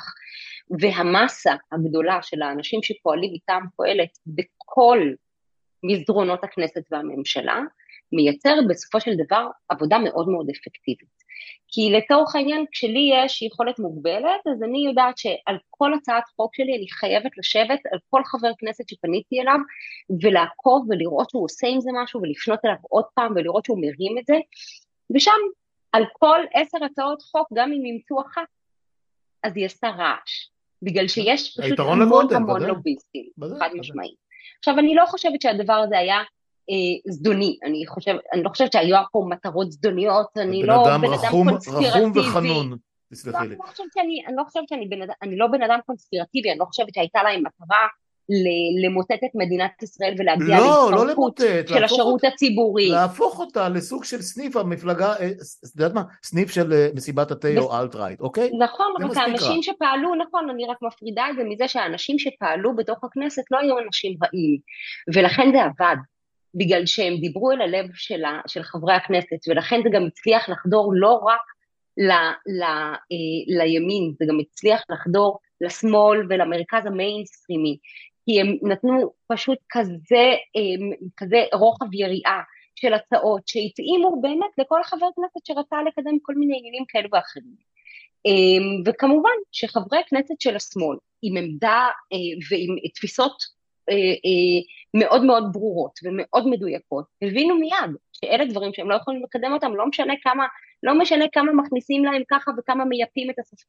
והמסה הגדולה של האנשים שפועלים איתם פועלת בכל מסדרונות הכנסת והממשלה, מייצר בסופו של דבר עבודה מאוד מאוד אפקטיבית. כי לצורך העניין, כשלי יש יכולת מוגבלת, אז אני יודעת שעל כל הצעת חוק שלי אני חייבת לשבת על כל חבר כנסת שפניתי אליו, ולעקוב ולראות שהוא עושה עם זה משהו, ולפנות אליו עוד פעם ולראות שהוא מרים את זה, ושם על כל עשר הצעות חוק, גם אם ימצאו אחת, אז היא עושה רעש, בגלל שיש פשוט המון המון לוביסטים, חד משמעית. עכשיו אני לא חושבת שהדבר הזה היה זדוני, אני חושב, אני לא חושבת שהיו פה מטרות זדוניות, אני לא בן אדם קונספירטיבי. רחום וחנון, תסלחי לי. אני לא חושבת שאני בן אדם, אני לא בן אדם קונספירטיבי, אני לא חושבת שהייתה להם מטרה למוטט את מדינת ישראל ולהגיע להתפרקות של השירות הציבורי. להפוך אותה לסוג של סניף המפלגה, יודעת מה? סניף של מסיבת התה או אלט-רייט, אוקיי? נכון, רק האנשים שפעלו, נכון, אני רק מפרידה את זה מזה שהאנשים שפעלו בתוך הכנסת לא היו אנשים רעים, ולכן זה עבד. בגלל שהם דיברו אל הלב שלה, של חברי הכנסת, ולכן זה גם הצליח לחדור לא רק ל, ל, אה, לימין, זה גם הצליח לחדור לשמאל ולמרכז המיינסטרימי, כי הם נתנו פשוט כזה, אה, כזה רוחב יריעה של הצעות, שהתאימו באמת לכל חבר כנסת שרצה לקדם כל מיני עניינים כאלו ואחרים. אה, וכמובן שחברי כנסת של השמאל, עם עמדה אה, ועם תפיסות, מאוד מאוד ברורות ומאוד מדויקות, הבינו מיד שאלה דברים שהם לא יכולים לקדם אותם, לא משנה כמה, לא משנה כמה מכניסים להם ככה וכמה מייפים את השפה.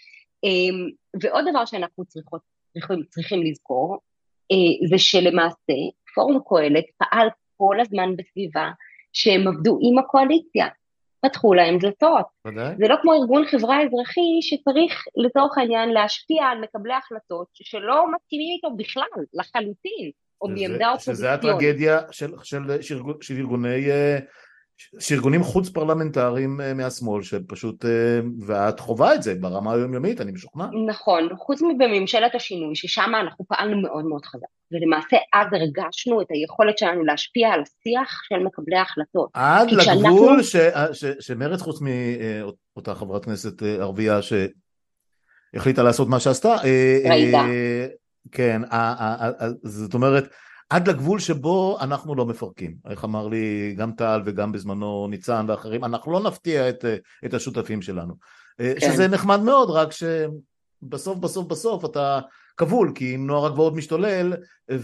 ועוד דבר שאנחנו צריכות, צריכים, צריכים לזכור, זה שלמעשה פורום קהלת פעל כל הזמן בסביבה שהם עבדו עם הקואליציה, פתחו להם דלתות. זה לא כמו ארגון חברה אזרחי שצריך לצורך העניין להשפיע על מקבלי החלטות שלא מסכימים איתו בכלל, לחלוטין, או מעמדה אופוזיציונית. שזה הטרגדיה של, של, של, של ארגוני, שארגונים חוץ פרלמנטריים מהשמאל, שפשוט, ואת חובה את זה ברמה היומיומית, אני משוכנע. נכון, חוץ מבממשלת השינוי, ששם אנחנו פעלנו מאוד מאוד חזק, ולמעשה אז הרגשנו את היכולת שלנו להשפיע על השיח של מקבלי ההחלטות. עד לגבול ש, ש, שמרץ חוץ מאותה חברת כנסת ערבייה שהחליטה לעשות מה שעשתה. ראיתה. כן, זאת אומרת, עד לגבול שבו אנחנו לא מפרקים. איך אמר לי גם טל וגם בזמנו ניצן ואחרים, אנחנו לא נפתיע את, את השותפים שלנו. כן. שזה נחמד מאוד, רק שבסוף בסוף בסוף אתה כבול, כי אם נוער הגבעות משתולל,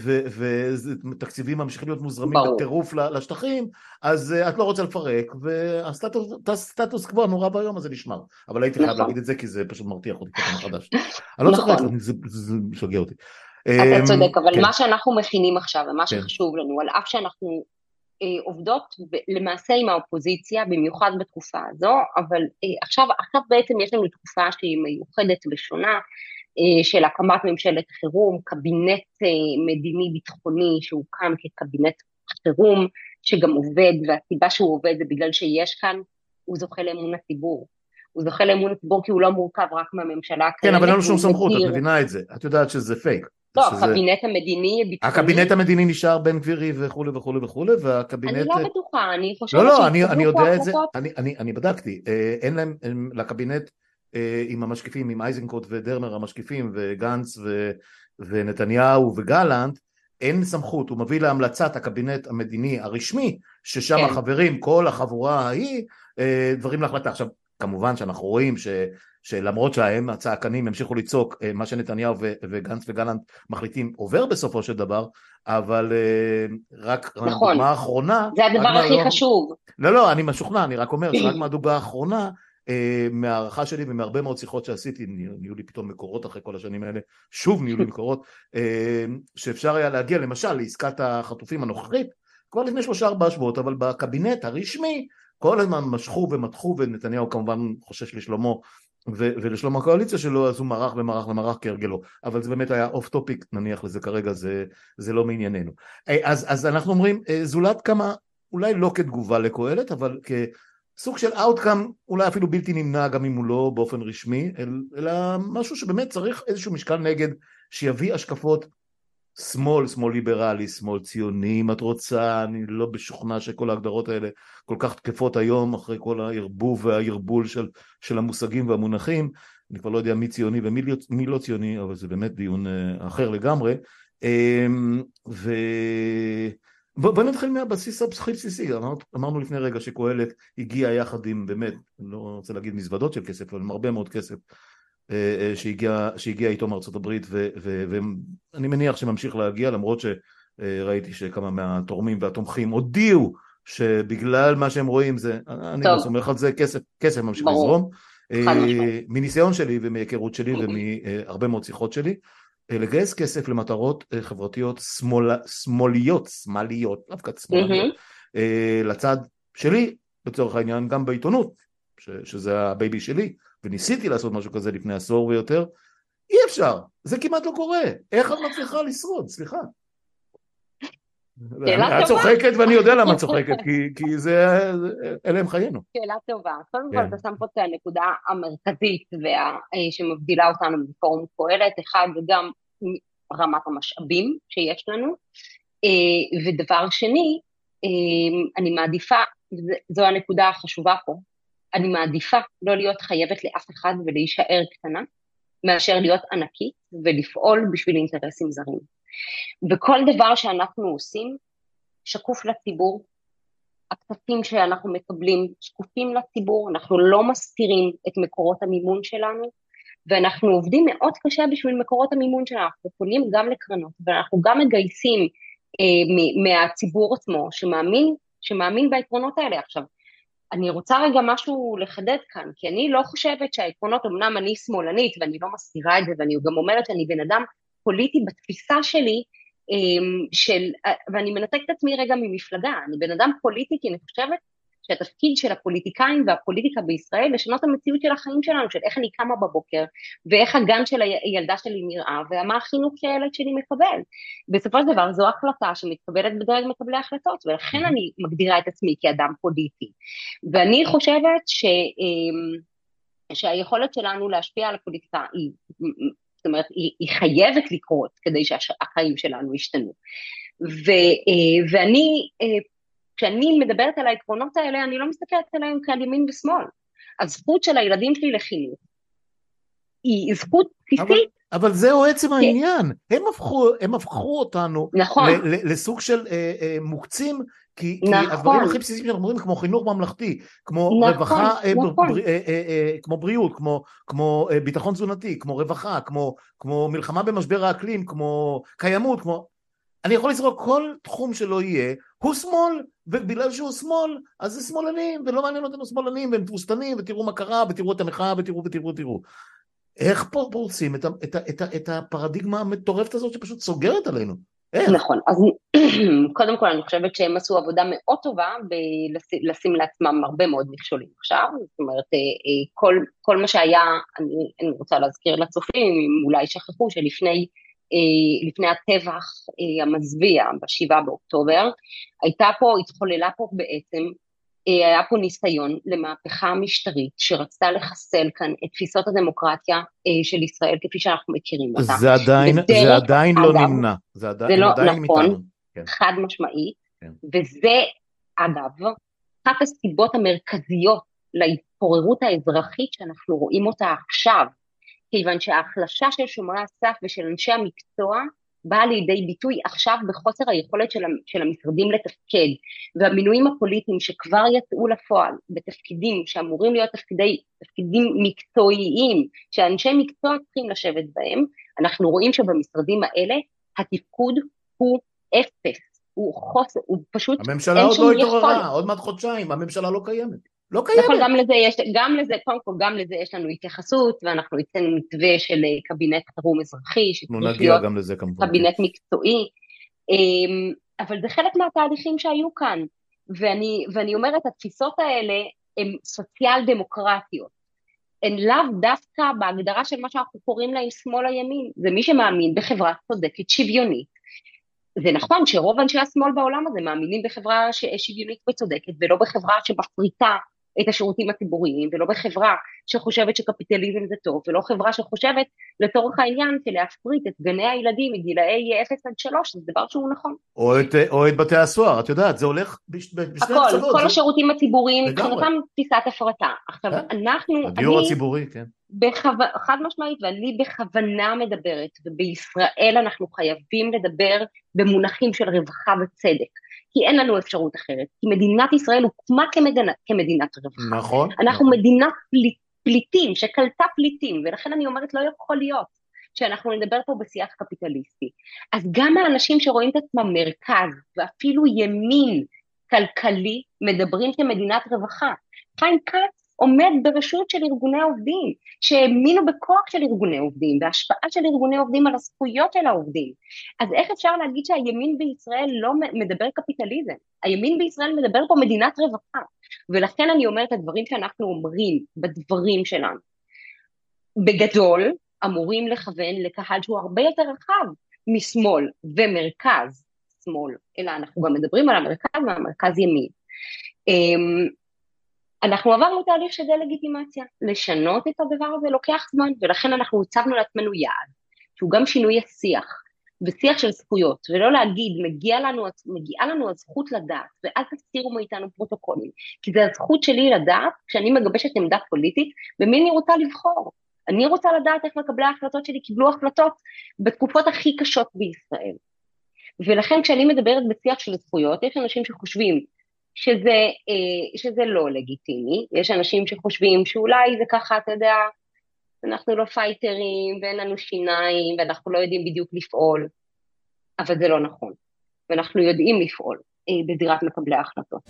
ותקציבים ממשיכים להיות מוזרמים בטירוף לשטחים, אז את לא רוצה לפרק, והסטטוס קבוע נורא ביום הזה נשמר. אבל הייתי חייב להגיד את זה, כי זה פשוט מרתיח אותי ככה מחדש. אני לא צוחק, זה משגע אותי. אתה צודק, אבל מה שאנחנו מכינים עכשיו, ומה שחשוב לנו, על אף שאנחנו עובדות למעשה עם האופוזיציה, במיוחד בתקופה הזו, אבל עכשיו, עכשיו בעצם יש לנו תקופה שהיא מיוחדת ושונה, של הקמת ממשלת חירום, קבינט מדיני ביטחוני שהוקם כקבינט חירום, שגם עובד, והסיבה שהוא עובד זה בגלל שיש כאן, הוא זוכה לאמון הציבור. הוא זוכה לאמון הציבור כי הוא לא מורכב רק מהממשלה. כן, אבל אין לו שום סמכות, את מבינה את זה. את יודעת שזה פייק. לא, הקבינט המדיני ביטחוני. הקבינט המדיני נשאר בן גבירי וכו' וכו' וכו', והקבינט... אני לא בטוחה, אני חושבת... לא, לא, אני יודע את זה, אני בדקתי. אין להם, לקבינט עם המשקיפים, עם אייזנקוט ודרמר המשקיפים, וגנץ ונתניהו וגלנט, אין סמכות, הוא מביא להמלצת הקבינט המדיני הרשמי, ששם החברים, כל החבורה ההיא, דברים להחלטה. עכשיו, כמובן שאנחנו רואים ש, שלמרות שהם הצעקנים ימשיכו לצעוק, מה שנתניהו ו, וגנץ וגלנט מחליטים עובר בסופו של דבר, אבל רק נכון. הדוגמה האחרונה... זה הדבר הכי לא, חשוב. לא, לא, אני משוכנע, אני רק אומר שרק מהדוגמה האחרונה, מהערכה שלי ומהרבה מאוד שיחות שעשיתי, נהיו לי פתאום מקורות אחרי כל השנים האלה, שוב נהיו לי מקורות, שאפשר היה להגיע למשל לעסקת החטופים הנוכחית, כבר לפני שלושה ארבעה שבועות, אבל בקבינט הרשמי, כל הזמן משכו ומתחו, ונתניהו כמובן חושש לשלומו, ולשלום הקואליציה שלו, אז הוא מרח ומרח ומרח כהרגלו, אבל זה באמת היה אוף טופיק, נניח לזה כרגע, זה, זה לא מענייננו. אז, אז אנחנו אומרים, זולת כמה, אולי לא כתגובה לקהלת, אבל כסוג של אאוטקאם, אולי אפילו בלתי נמנע, גם אם הוא לא באופן רשמי, אלא משהו שבאמת צריך איזשהו משקל נגד, שיביא השקפות שמאל, שמאל ליברלי, שמאל ציוני, אם את רוצה, אני לא בשוכנע שכל ההגדרות האלה כל כך תקפות היום, אחרי כל הערבוב והערבול של, של המושגים והמונחים, אני כבר לא יודע מי ציוני ומי מי לא ציוני, אבל זה באמת דיון אחר לגמרי, ו... בוא, בוא נתחיל מהבסיס הכי בסיסי, אמרנו לפני רגע שקהלת הגיע יחד עם, באמת, לא רוצה להגיד מזוודות של כסף, אבל עם הרבה מאוד כסף, שהגיע, שהגיע איתו מארצות הברית, ואני מניח שממשיך להגיע, למרות שראיתי שכמה מהתורמים והתומכים הודיעו שבגלל מה שהם רואים זה, אני לא סומך על זה, כסף, כסף ממשיך לזרום. מניסיון שלי ומהיכרות שלי ומהרבה מאוד שיחות שלי, לגייס כסף למטרות חברתיות שמאליות, שמאליות, דווקא שמאליות, לצד שלי, בצורך העניין, גם בעיתונות, שזה הבייבי שלי, וניסיתי לעשות משהו כזה לפני עשור ויותר, אי אפשר, זה כמעט לא קורה. איך את מצליחה לשרוד? סליחה. את צוחקת ואני יודע למה את צוחקת, כי, כי זה, אלה הם חיינו. שאלה טובה. קודם כל, אתה שם פה את הנקודה המרכזית וה, שמבדילה אותנו בפורום קהלת, אחד וגם רמת המשאבים שיש לנו, ודבר שני, אני מעדיפה, זו הנקודה החשובה פה, אני מעדיפה לא להיות חייבת לאף אחד ולהישאר קטנה, מאשר להיות ענקית ולפעול בשביל אינטרסים זרים. וכל דבר שאנחנו עושים, שקוף לציבור, הכספים שאנחנו מקבלים שקופים לציבור, אנחנו לא מסתירים את מקורות המימון שלנו, ואנחנו עובדים מאוד קשה בשביל מקורות המימון שלנו, אנחנו פונים גם לקרנות, ואנחנו גם מגייסים אה, מהציבור עצמו, שמאמין, שמאמין בעקרונות האלה. עכשיו, אני רוצה רגע משהו לחדד כאן, כי אני לא חושבת שהעקרונות, אמנם אני שמאלנית, ואני לא מסתירה את זה, ואני גם אומרת שאני בן אדם פוליטי בתפיסה שלי, של, ואני מנתק את עצמי רגע ממפלגה, אני בן אדם פוליטי, כי אני חושבת שהתפקיד של הפוליטיקאים והפוליטיקה בישראל, לשנות המציאות של החיים שלנו, של איך אני קמה בבוקר, ואיך הגן של הילדה שלי נראה, ומה החינוך שהילד שלי מקבל. בסופו של דבר, זו החלטה שמתקבלת בדרג מקבלי ההחלטות, ולכן אני מגדירה את עצמי כאדם פוליטי. ואני חושבת ש, שהיכולת שלנו להשפיע על הפוליטיקה היא, זאת אומרת, היא, היא חייבת לקרות כדי שהחיים שלנו ישתנו. ו, ואני, כשאני מדברת על העקרונות האלה, אני לא מסתכלת עליהם כעל ימין ושמאל. הזכות של הילדים שלי לחינוך היא זכות בסיסית. אבל, אבל זהו עצם העניין. הם הפכו, הם הפכו אותנו נכון. ל, ל, לסוג של אה, אה, מוקצים, כי, נכון. כי הדברים הכי בסיסיים שאנחנו אומרים, כמו חינוך ממלכתי, כמו נכון, רווחה, נכון. בר, אה, אה, אה, כמו בריאות, כמו, כמו אה, ביטחון תזונתי, כמו רווחה, כמו, כמו מלחמה במשבר האקלים, כמו קיימות, כמו... אני יכול לזרוק כל תחום שלא יהיה, הוא שמאל, ובגלל שהוא שמאל, אז זה שמאלנים, ולא מעניין אותנו שמאלנים, והם תבוסתנים, ותראו מה קרה, ותראו את המחאה, ותראו ותראו ותראו. איך פה פורצים את, את, את, את הפרדיגמה המטורפת הזאת שפשוט סוגרת עלינו? איך? נכון, אז קודם כל אני חושבת שהם עשו עבודה מאוד טובה בלשים לעצמם הרבה מאוד מכשולים עכשיו, זאת אומרת, כל, כל מה שהיה, אני, אני רוצה להזכיר לצופים, אולי שכחו שלפני לפני הטבח המזוויע בשבעה באוקטובר, הייתה פה, התחוללה פה בעצם, היה פה ניסיון למהפכה משטרית שרצתה לחסל כאן את תפיסות הדמוקרטיה של ישראל כפי שאנחנו מכירים אותה. זה עדיין, בדרך, זה עדיין אגב, לא נמנע. זה, עד, זה לא עדיין נכון, כן. חד משמעית, כן. וזה אגב, אחת הסיבות המרכזיות להתפוררות האזרחית שאנחנו רואים אותה עכשיו, כיוון שההחלשה של שומרי הסף ושל אנשי המקצוע באה לידי ביטוי עכשיו בחוסר היכולת של, של המשרדים לתפקד, והמינויים הפוליטיים שכבר יצאו לפועל בתפקידים שאמורים להיות תפקידי, תפקידים מקצועיים, שאנשי מקצוע צריכים לשבת בהם, אנחנו רואים שבמשרדים האלה התפקוד הוא אפס, הוא חוסר, הוא פשוט... הממשלה עוד לא התעוררה, עוד מעט חודשיים, הממשלה לא קיימת. לא קיימת. נכון, גם לזה יש, גם לזה, קודם כל, גם לזה יש לנו התייחסות, ואנחנו יצאנו מתווה של קבינט חירום אזרחי, נו, שצריך נגיע להיות גם לזה כמובן, כן. קבינט מקצועי, אמ, אבל זה חלק מהתהליכים שהיו כאן, ואני, ואני אומרת, התפיסות האלה הן סוציאל דמוקרטיות, הן לאו דווקא בהגדרה של מה שאנחנו קוראים להם שמאל הימין, זה מי שמאמין בחברה צודקת שוויונית. זה נכון שרוב אנשי השמאל בעולם הזה מאמינים בחברה שוויונית וצודקת, ולא בחברה שמפריטה את השירותים הציבוריים, ולא בחברה שחושבת שקפיטליזם זה טוב, ולא חברה שחושבת לצורך העניין שלהפריט את גני הילדים מגילאי אפס עד שלוש, זה דבר שהוא נכון. או את, או את בתי הסוהר, את יודעת, זה הולך בש, בשני הכל, הקצוות. כל זה... השירותים הציבוריים, לגמרי. מבחינתם תפיסת הפרטה. עכשיו, כן? אנחנו, הדיור אני, הציבורי, כן. בחו... חד משמעית, ואני בכוונה מדברת, ובישראל אנחנו חייבים לדבר במונחים של רווחה וצדק, כי אין לנו אפשרות אחרת, כי מדינת ישראל הוקמה כמדינה, כמדינת רווחה. נכון. אנחנו נכון. מדינת פליט, פליטים, שקלטה פליטים, ולכן אני אומרת, לא יכול להיות שאנחנו נדבר פה בשיח קפיטליסטי. אז גם האנשים שרואים את עצמם מרכז, ואפילו ימין כלכלי, מדברים כמדינת רווחה. חיים כץ עומד ברשות של ארגוני עובדים, שהאמינו בכוח של ארגוני עובדים, והשפעה של ארגוני עובדים על הזכויות של העובדים. אז איך אפשר להגיד שהימין בישראל לא מדבר קפיטליזם? הימין בישראל מדבר פה מדינת רווחה, ולכן אני אומרת, הדברים שאנחנו אומרים בדברים שלנו, בגדול, אמורים לכוון לקהל שהוא הרבה יותר רחב משמאל ומרכז שמאל, אלא אנחנו גם מדברים על המרכז והמרכז ימין. אנחנו עברנו תהליך של דה-לגיטימציה, לשנות את הדבר הזה לוקח זמן, ולכן אנחנו הצבנו לעצמנו יעד, שהוא גם שינוי השיח, ושיח של זכויות, ולא להגיד, מגיע לנו, מגיעה לנו הזכות לדעת, ואל תסתירו מאיתנו פרוטוקולים, כי זה הזכות שלי לדעת, כשאני מגבשת עמדה פוליטית, במי אני רוצה לבחור. אני רוצה לדעת איך מקבלי ההחלטות שלי קיבלו החלטות בתקופות הכי קשות בישראל. ולכן כשאני מדברת בשיח של זכויות, יש אנשים שחושבים שזה, שזה לא לגיטימי, יש אנשים שחושבים שאולי זה ככה, אתה יודע, אנחנו לא פייטרים ואין לנו שיניים ואנחנו לא יודעים בדיוק לפעול, אבל זה לא נכון, ואנחנו יודעים לפעול בזירת מקבלי ההחלטות.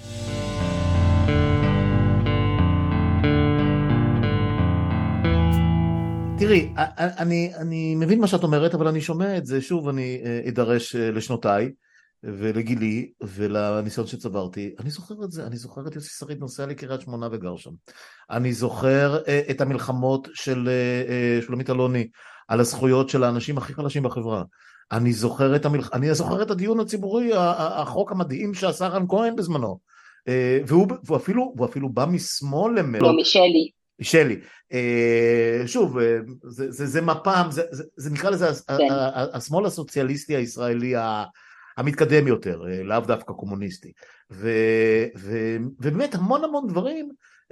תראי, אני, אני מבין מה שאת אומרת, אבל אני שומע את זה, שוב אני אדרש לשנותיי, ולגילי, ולניסיון שצברתי. אני זוכר את זה, אני זוכר את יוסי שריד נוסע לקריית שמונה וגר שם. אני זוכר את המלחמות של שולמית אלוני, על הזכויות של האנשים הכי חלשים בחברה. אני זוכר את, המלח... אני זוכר את הדיון הציבורי, החוק המדהים שעשה רן כהן בזמנו. והוא, והוא, אפילו, והוא אפילו בא משמאל למעלה. לא, משלי. שלי, שוב, זה, זה, זה מפעם, זה, זה, זה נקרא לזה כן. השמאל הסוציאליסטי הישראלי המתקדם יותר, לאו דווקא קומוניסטי, ו, ו, ובאמת המון המון דברים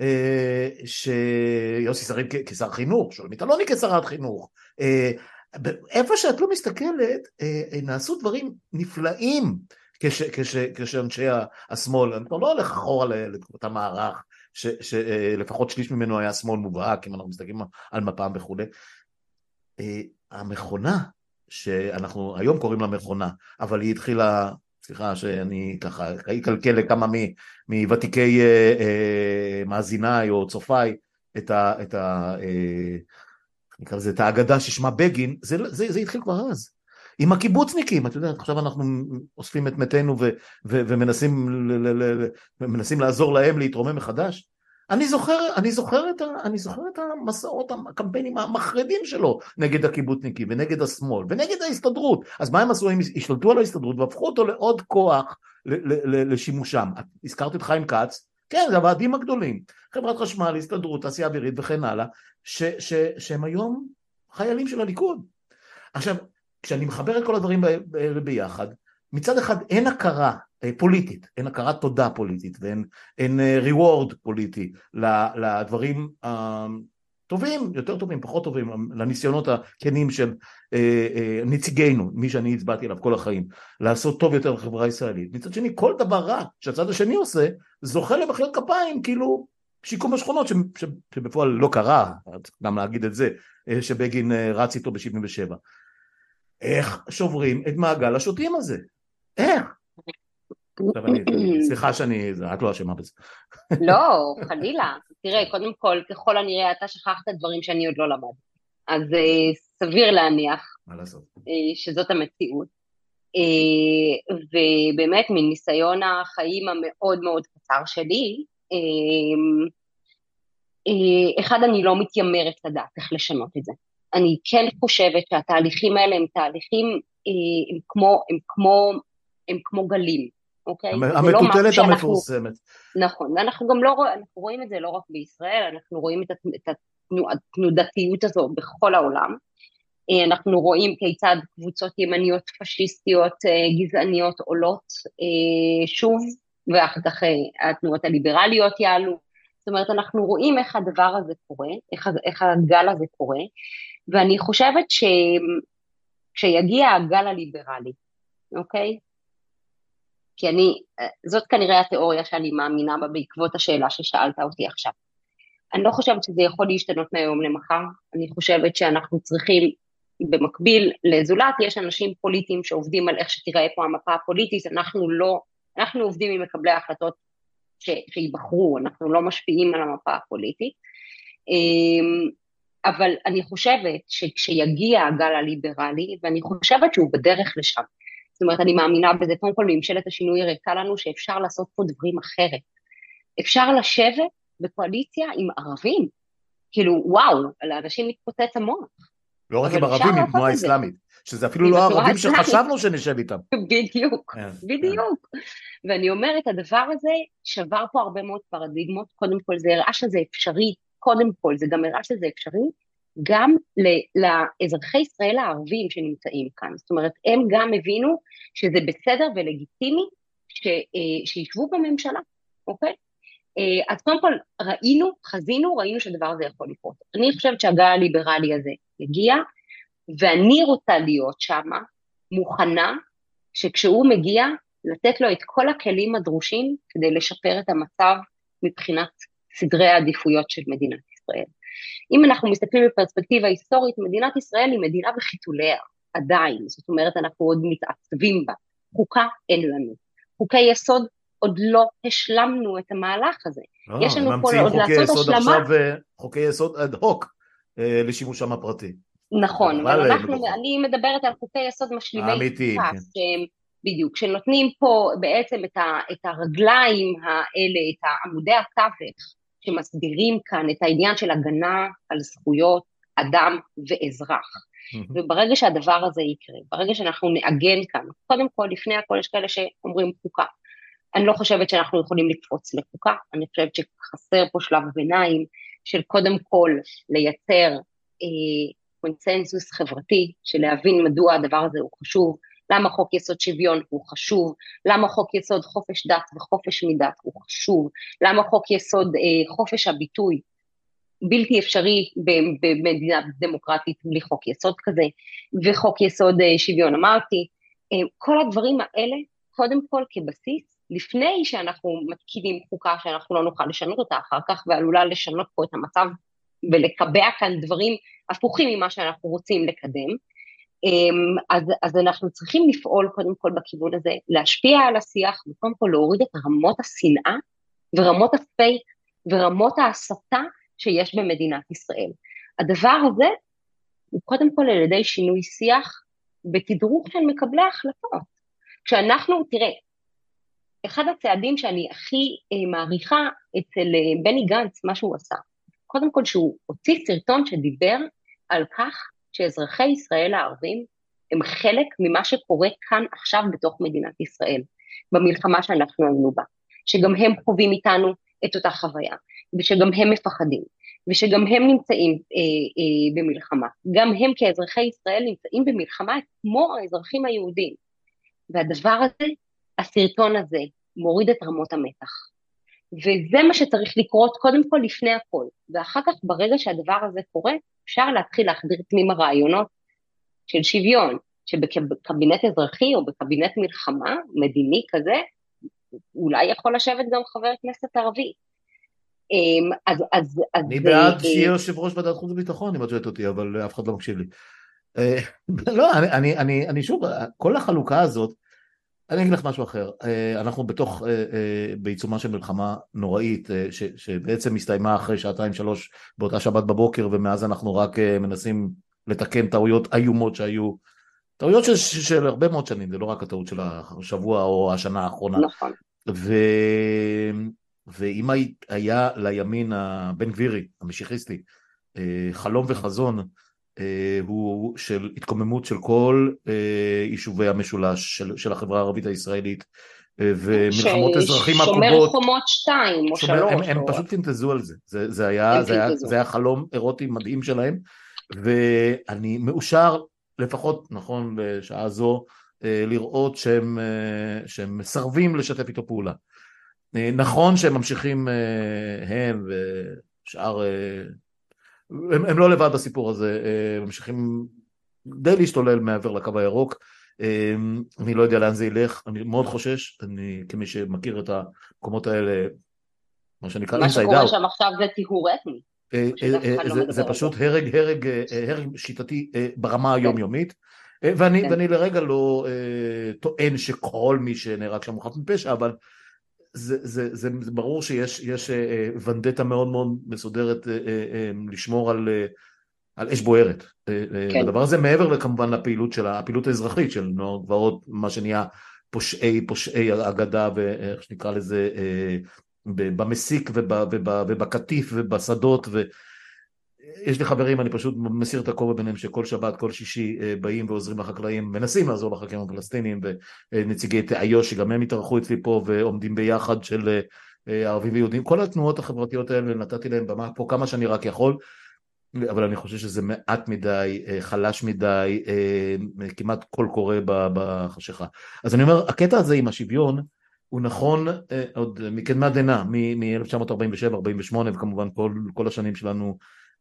שיוסי שריד כשר חינוך, שולמית אלוני כשרת חינוך, איפה שאת לא מסתכלת, נעשו דברים נפלאים כש, כש, כשאנשי השמאל, אני לא הולך אחורה לתקופת המערך, שלפחות שליש ממנו היה שמאל מובהק, אם אנחנו מסתכלים על מפ"ם וכו'. המכונה, שאנחנו היום קוראים לה מכונה, אבל היא התחילה, סליחה שאני ככה, היא קלקל לכמה מוותיקי מאזיניי או צופיי, את ה, את ה, נקרא לזה, את האגדה ששמה בגין, זה, זה, זה התחיל כבר אז. עם הקיבוצניקים, את יודעת, עכשיו אנחנו אוספים את מתינו ו- ו- ומנסים ל- ל- ל- מנסים לעזור להם להתרומם מחדש. אני זוכר, אני זוכר את ה, אני זוכר את המסעות, הקמפיינים המחרדים שלו נגד הקיבוצניקים ונגד השמאל ונגד ההסתדרות. אז מה הם עשו? הם השתלטו על ההסתדרות והפכו אותו לעוד כוח ל- ל- ל- לשימושם. הזכרת את חיים כץ, כן, זה הוועדים הגדולים, חברת חשמל, הסתדרות, תעשייה אווירית וכן הלאה, ש- ש- שהם היום חיילים של הליכוד. עכשיו, כשאני מחבר את כל הדברים ביחד, מצד אחד אין הכרה פוליטית, אין הכרת תודה פוליטית, ואין אין ריוורד פוליטי לדברים הטובים, יותר טובים, פחות טובים, לניסיונות הכנים של נציגינו, מי שאני הצבעתי עליו כל החיים, לעשות טוב יותר לחברה הישראלית. מצד שני, כל דבר רע שהצד השני עושה, זוכה למחיאות כפיים, כאילו שיקום השכונות, שבפועל לא קרה, גם להגיד את זה, שבגין רץ איתו ב-שבעים ושבע. איך שוברים את מעגל השוטים הזה? איך? עכשיו אני, סליחה שאני, את לא אשמה בזה. לא, חלילה. תראה, קודם כל, ככל הנראה, אתה שכחת דברים שאני עוד לא למדתי. אז אה, סביר להניח מה לעשות? אה, שזאת המציאות. אה, ובאמת, מניסיון החיים המאוד מאוד קצר שלי, אה, אה, אחד, אני לא מתיימרת לדעת איך לשנות את זה. אני כן חושבת שהתהליכים האלה הם תהליכים, אה, הם כמו, הם כמו, הם כמו גלים, אוקיי? זה לא משהו המטוטלת שאנחנו, המפורסמת. נכון, ואנחנו גם לא רואים, אנחנו רואים את זה לא רק בישראל, אנחנו רואים את התנו- את התנו- התנודתיות הזו בכל העולם. אה, אנחנו רואים כיצד קבוצות ימניות פשיסטיות, אה, גזעניות עולות אה, שוב, ואחר כך אה, התנועות הליברליות יעלו. זאת אומרת, אנחנו רואים איך הדבר הזה קורה, איך, ה- איך הגל הזה קורה, ואני חושבת שכשיגיע הגל הליברלי, אוקיי? כי אני, אה, זאת כנראה התיאוריה שאני מאמינה בה בעקבות השאלה ששאלת אותי עכשיו. אני לא חושבת שזה יכול להשתנות מהיום למחר, אני חושבת שאנחנו צריכים, במקביל לזולת, יש אנשים פוליטיים שעובדים על איך שתיראה פה המפה הפוליטית, אנחנו לא, אנחנו עובדים עם מקבלי ההחלטות ש, שיבחרו, אנחנו לא משפיעים על המפה הפוליטית, אמ, אבל אני חושבת שכשיגיע הגל הליברלי, ואני חושבת שהוא בדרך לשם, זאת אומרת, אני מאמינה בזה, קודם כל ממשלת השינוי הראתה לנו שאפשר לעשות פה דברים אחרת, אפשר לשבת בקואליציה עם ערבים, כאילו וואו, לאנשים מתפוצץ המוח. לא רק עם אבל אפשר ערבים, עם לעשות תנועה את זה. אסלאמית, שזה אפילו עם לא התנועה ערבים האסלאמית. שחשבנו שנשב איתם. בדיוק, כן, כן. בדיוק. ואני אומרת, הדבר הזה שבר פה הרבה מאוד פרדיגמות, קודם כל זה הראה שזה אפשרי, קודם כל זה גם הראה שזה אפשרי, גם ל- לאזרחי ישראל הערבים שנמצאים כאן. זאת אומרת, הם גם הבינו שזה בסדר ולגיטימי ש- אה, שישבו בממשלה, אוקיי? אה, אז קודם כל ראינו, חזינו, ראינו שהדבר הזה יכול לקרות. אני חושבת שהגל הליברלי הזה יגיע, ואני רוצה להיות שמה, מוכנה, שכשהוא מגיע, לתת לו את כל הכלים הדרושים כדי לשפר את המצב מבחינת סדרי העדיפויות של מדינת ישראל. אם אנחנו מסתכלים בפרספקטיבה היסטורית, מדינת ישראל היא מדינה בחיתוליה, עדיין, זאת אומרת אנחנו עוד מתעצבים בה, חוקה אין לנו, חוקי יסוד עוד לא השלמנו את המהלך הזה, לא, יש לנו הם פה ממציאים עוד חוקי לעשות יסוד השלמה, עכשיו, חוקי יסוד אד הוק לשימושם הפרטי. נכון, אבל בכלל אנחנו, מגוחך. אני מדברת על חוקי יסוד משלימי האמיתיים, חוקה, כן. שהם בדיוק, שנותנים פה בעצם את, ה, את הרגליים האלה, את עמודי התווך, שמסבירים כאן את העניין של הגנה על זכויות אדם ואזרח. וברגע שהדבר הזה יקרה, ברגע שאנחנו נעגן כאן, קודם כל, לפני הכל יש כאלה שאומרים חוקה. אני לא חושבת שאנחנו יכולים לקפוץ לחוקה, אני חושבת שחסר פה שלב ביניים של קודם כל לייצר אה, קונצנזוס חברתי, של להבין מדוע הדבר הזה הוא חשוב, למה חוק יסוד שוויון הוא חשוב, למה חוק יסוד חופש דת וחופש מדת הוא חשוב, למה חוק יסוד אה, חופש הביטוי בלתי אפשרי במדינה דמוקרטית בלי חוק יסוד כזה, וחוק יסוד אה, שוויון אמרתי, אה, כל הדברים האלה קודם כל כבסיס, לפני שאנחנו מתקינים חוקה שאנחנו לא נוכל לשנות אותה אחר כך, ועלולה לשנות פה את המצב ולקבע כאן דברים הפוכים ממה שאנחנו רוצים לקדם, אז, אז אנחנו צריכים לפעול קודם כל בכיוון הזה, להשפיע על השיח, וקודם כל להוריד את רמות השנאה, ורמות הפייק, ורמות ההסתה שיש במדינת ישראל. הדבר הזה הוא קודם כל על ידי שינוי שיח, בתדרוך של מקבלי ההחלטות. כשאנחנו, תראה, אחד הצעדים שאני הכי אה, מעריכה אצל אה, בני גנץ, מה שהוא עשה, קודם כל שהוא הוציא סרטון שדיבר על כך שאזרחי ישראל הערבים הם חלק ממה שקורה כאן עכשיו בתוך מדינת ישראל, במלחמה שאנחנו היינו בה, שגם הם חווים איתנו את אותה חוויה, ושגם הם מפחדים, ושגם הם נמצאים אה, אה, במלחמה, גם הם כאזרחי ישראל נמצאים במלחמה כמו האזרחים היהודים, והדבר הזה, הסרטון הזה, מוריד את רמות המתח. וזה מה שצריך לקרות קודם כל לפני הכל, ואחר כך ברגע שהדבר הזה קורה, אפשר להתחיל להחדיר פנימה רעיונות של שוויון, שבקבינט אזרחי או בקבינט מלחמה, מדיני כזה, אולי יכול לשבת גם חבר כנסת ערבי. אז, אז, אז, אני בעד שיהיה יושב ראש ועדת חוץ וביטחון, אם את שואלת אותי, אבל אף אחד לא מקשיב לי. לא, אני, אני, אני, אני שוב, כל החלוקה הזאת, אני אגיד לך משהו אחר, אנחנו בתוך, בעיצומה של מלחמה נוראית, ש, שבעצם הסתיימה אחרי שעתיים שלוש באותה שבת בבוקר, ומאז אנחנו רק מנסים לתקן טעויות איומות שהיו, טעויות של, של הרבה מאוד שנים, זה לא רק הטעות של השבוע או השנה האחרונה. נכון. ו... ואם היה לימין הבן גבירי, המשיחיסטי, חלום וחזון, הוא של התקוממות של כל יישובי המשולש של, של החברה הערבית הישראלית, ומלחמות אזרחים ששומר עקובות, חומות שתיים או שומר, הם, שלוש, הם או... פשוט פינטזו על זה, זה, זה, היה, הם זה, היה, פינטזו. זה היה חלום אירוטי מדהים שלהם, ואני מאושר לפחות, נכון, בשעה זו, לראות שהם, שהם מסרבים לשתף איתו פעולה. נכון שהם ממשיכים, הם ושאר, הם, הם לא לבד בסיפור הזה, ממשיכים די להשתולל מעבר לקו הירוק, אני לא יודע לאן זה ילך, אני מאוד חושש, אני כמי שמכיר את המקומות האלה, מה שנקרא מה inside שקורה out, שם עכשיו זה טיהור אתני, פשוט אף אחד לא זה, זה מדבר על זה. פשוט הרג, הרג, הרג שיטתי ברמה כן, היומיומית, ואני, כן. ואני לרגע לא טוען שכל מי שנהרג שם הוא חף מפשע, אבל זה, זה, זה, זה ברור שיש יש ונדטה מאוד מאוד מסודרת לשמור על, על אש בוערת. כן. והדבר הזה מעבר לכמובן לפעילות של הפעילות האזרחית של נוער גבעות, מה שנהיה פושעי, פושעי הגדה ואיך שנקרא לזה, במסיק ובקטיף ובשדות, ויש לי חברים, אני פשוט מסיר את הכובע ביניהם שכל שבת, כל שישי באים ועוזרים לחקלאים, מנסים לעזור לחקלאים הפלסטינים, ונציגי איו"ש שגם הם התארחו אצלי פה ועומדים ביחד של ערבים ויהודים, כל התנועות החברתיות האלה נתתי להם במה פה כמה שאני רק יכול, אבל אני חושב שזה מעט מדי, חלש מדי, כמעט קול קורא בחשיכה. אז אני אומר, הקטע הזה עם השוויון, הוא נכון עוד מקדמת דנא, מ-אלף תשע מאות ארבעים ושבע ארבעים ושמונה, וכמובן כל, כל השנים שלנו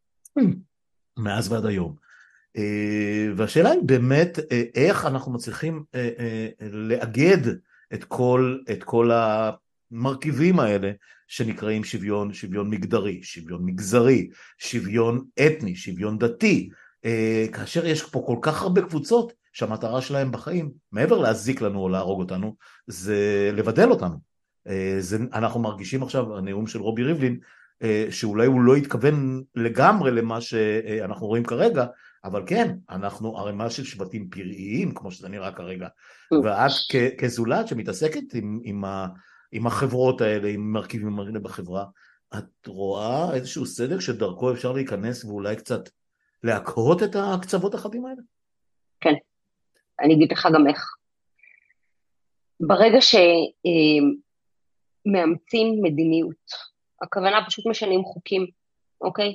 מאז ועד היום. והשאלה היא באמת איך אנחנו מצליחים לאגד את כל, את כל המרכיבים האלה שנקראים שוויון, שוויון מגדרי, שוויון מגזרי, שוויון אתני, שוויון דתי, כאשר יש פה כל כך הרבה קבוצות שהמטרה שלהם בחיים, מעבר להזיק לנו או להרוג אותנו, זה לבדל אותנו. זה, אנחנו מרגישים עכשיו, הנאום של רובי ריבלין, שאולי הוא לא התכוון לגמרי למה שאנחנו רואים כרגע, אבל כן, אנחנו ערימה של שבטים פראיים, כמו שזה נראה כרגע, ואת כ- כזולת שמתעסקת עם, עם, ה, עם החברות האלה, עם מרכיבים האלה בחברה, את רואה איזשהו סדר שדרכו אפשר להיכנס ואולי קצת להקהות את הקצוות החדים האלה? כן, אני אגיד לך גם איך. ברגע שמאמצים מדיניות, הכוונה פשוט משנים חוקים, אוקיי?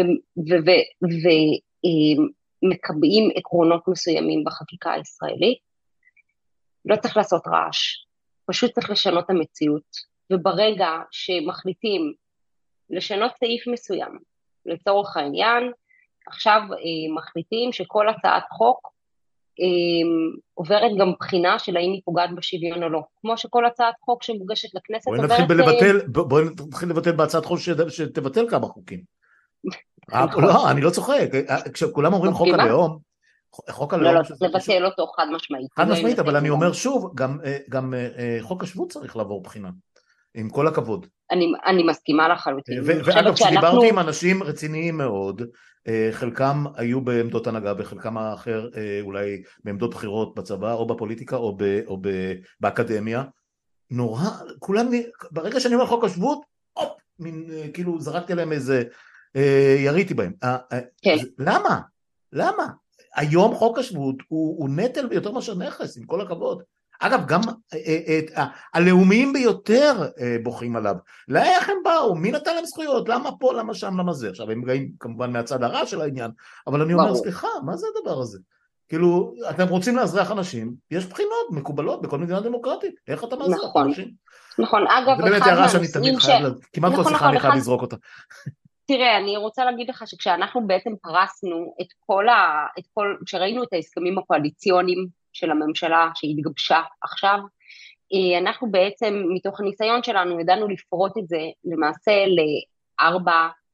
ומקבעים עקרונות מסוימים בחקיקה הישראלית, לא צריך לעשות רעש, פשוט צריך לשנות את המציאות, וברגע שמחליטים לשנות סעיף מסוים, לצורך העניין, עכשיו מחליטים שכל הצעת חוק עוברת גם בחינה של האם היא פוגעת בשוויון או לא, כמו שכל הצעת חוק שמוגשת לכנסת בואי עוברת... נתחיל בלבטל, בואי נתחיל לבטל בהצעת חוק שתבטל כמה חוקים. לא, אני לא צוחק, כשכולם אומרים חוק הלאום, חוק לא, הלאום... לא, צריך לבטל אותו חד משמעית. חד משמעית, אבל אני אומר שוב, גם חוק השבות צריך לעבור בחינה, עם כל הכבוד. אני מסכימה לחלוטין. ואגב, כשדיברתי עם אנשים רציניים מאוד, חלקם היו בעמדות הנהגה, וחלקם האחר אולי בעמדות בחירות בצבא, או בפוליטיקה, או באקדמיה, נורא, כולם, ברגע שאני אומר חוק השבות, הופ, כאילו זרקתי עליהם איזה, יריתי בהם. למה? למה? היום חוק השבות הוא נטל יותר מאשר נכס, עם כל הכבוד. אגב, גם הלאומיים ביותר בוכים עליו. לאיך הם באו? מי נתן להם זכויות? למה פה? למה שם? למה זה? עכשיו, הם גאים כמובן מהצד הרע של העניין, אבל אני אומר, סליחה, מה זה הדבר הזה? כאילו, אתם רוצים להזרח אנשים, יש בחינות מקובלות בכל מדינה דמוקרטית. איך אתה מזרח אנשים? נכון, אגב, זה באמת הערה שאני תמיד חייב, כמעט כל שיחה אני חייב לזרוק אותה. תראה, אני רוצה להגיד לך שכשאנחנו בעצם פרסנו את כל ה... את כל... כשראינו את ההסכמים הקואליציוניים של הממשלה שהתגבשה עכשיו, אנחנו בעצם מתוך הניסיון שלנו ידענו לפרוט את זה למעשה לארבע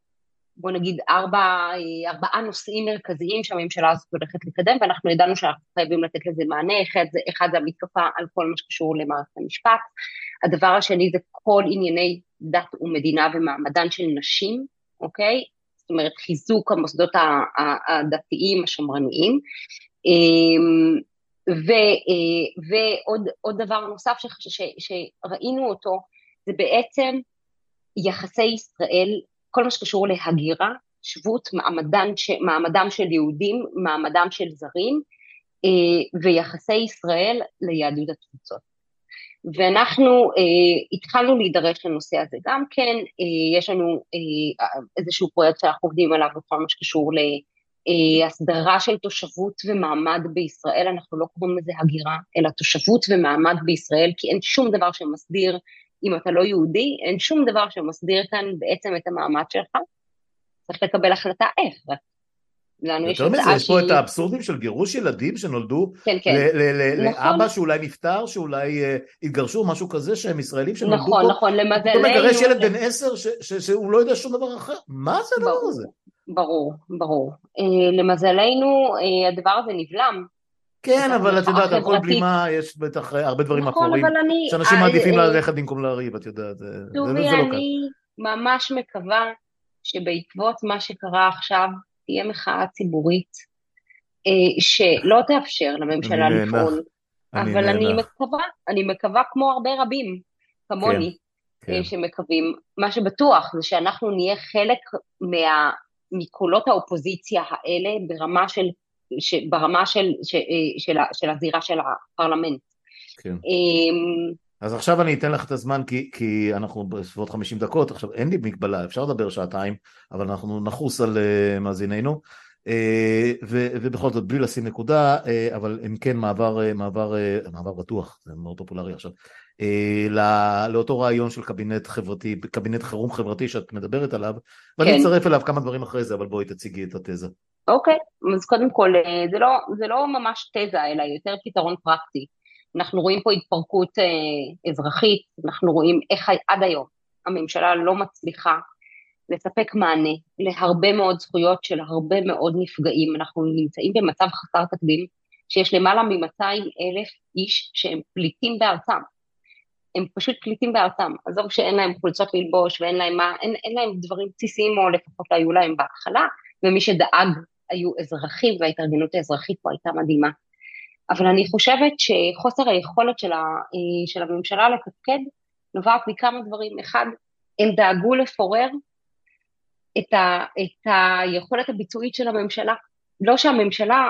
בוא נגיד, ארבע, ארבעה נושאים מרכזיים שהממשלה הזאת הולכת לקדם, ואנחנו ידענו שאנחנו חייבים לתת לזה מענה. אחד, אחד זה המתקפה על כל מה שקשור למערכת המשפט. הדבר השני זה כל ענייני דת ומדינה ומעמדן של נשים, אוקיי? זאת אומרת, חיזוק המוסדות הדתיים, השמרניים. ו, ועוד עוד דבר נוסף ש, ש, שראינו אותו, זה בעצם יחסי ישראל, כל מה שקשור להגירה, שבות, מעמדם, מעמדם של יהודים, מעמדם של זרים, ויחסי ישראל ליהדות התפוצות. ואנחנו התחלנו להידרש לנושא הזה גם כן, יש לנו איזשהו פרויקט שאנחנו עובדים עליו בכל מה שקשור להסדרה של תושבות ומעמד בישראל, אנחנו לא קוראים לזה הגירה, אלא תושבות ומעמד בישראל, כי אין שום דבר שמסדיר, אם אתה לא יהודי, אין שום דבר שמסדיר כאן בעצם את המעמד שלך, צריך לקבל החלטה איך. יותר מזה, יש פה את האבסורדים של גירוש ילדים שנולדו לאבא שאולי נפטר, שאולי התגרשו, משהו כזה, שהם ישראלים שנולדו פה. נכון, נכון, למזלנו. פתאום לגרש ילד בן עשר שהוא לא יודע שום דבר אחר. מה זה הדבר הזה? ברור, ברור. למזלנו, הדבר הזה נבלם. כן, אבל את יודעת, על כל בלימה יש בטח הרבה דברים אחרים, שאנשים מעדיפים ללכת במקום להריב, את יודעת. טובי, אני ממש מקווה שבעקבות מה שקרה עכשיו, תהיה מחאה ציבורית, שלא תאפשר לממשלה לפעול, אבל אני מקווה, אני מקווה כמו הרבה רבים, כמוני, שמקווים, מה שבטוח זה שאנחנו נהיה חלק מקולות האופוזיציה האלה, ברמה של, ברמה של, של, של הזירה של הפרלמנט. כן. אז עכשיו אני אתן לך את הזמן, כי, כי אנחנו בסביבות חמישים דקות, עכשיו אין לי מגבלה, אפשר לדבר שעתיים, אבל אנחנו נחוס על uh, מאזיננו, uh, ו, ובכל זאת בלי לשים נקודה, uh, אבל אם כן מעבר, uh, מעבר, uh, מעבר בטוח, זה מאוד פופולרי עכשיו, uh, לא, לאותו רעיון של קבינט חברתי, קבינט חירום חברתי שאת מדברת עליו, ואני כן. אצרף אליו כמה דברים אחרי זה, אבל בואי תציגי את התזה. אוקיי, אז קודם כל, זה לא, זה לא ממש תזה, אלא יותר פתרון פרקטי. אנחנו רואים פה התפרקות אה, אזרחית, אנחנו רואים איך עד היום הממשלה לא מצליחה לספק מענה להרבה מאוד זכויות של הרבה מאוד נפגעים. אנחנו נמצאים במצב חסר תקדים, שיש למעלה מ-מאתיים אלף איש שהם פליטים בארצם. הם פשוט פליטים בארצם. עזוב שאין להם חולצות ללבוש ואין להם מה, אין, אין להם דברים בסיסיים, או לפחות לא היו להם בהתחלה, ומי שדאג היו אזרחים, וההתארגנות האזרחית פה הייתה מדהימה. אבל אני חושבת שחוסר היכולת של, ה, של הממשלה לתפקד נובעת מכמה דברים. אחד, הם דאגו לפורר את, ה, את היכולת הביצועית של הממשלה. לא שהממשלה,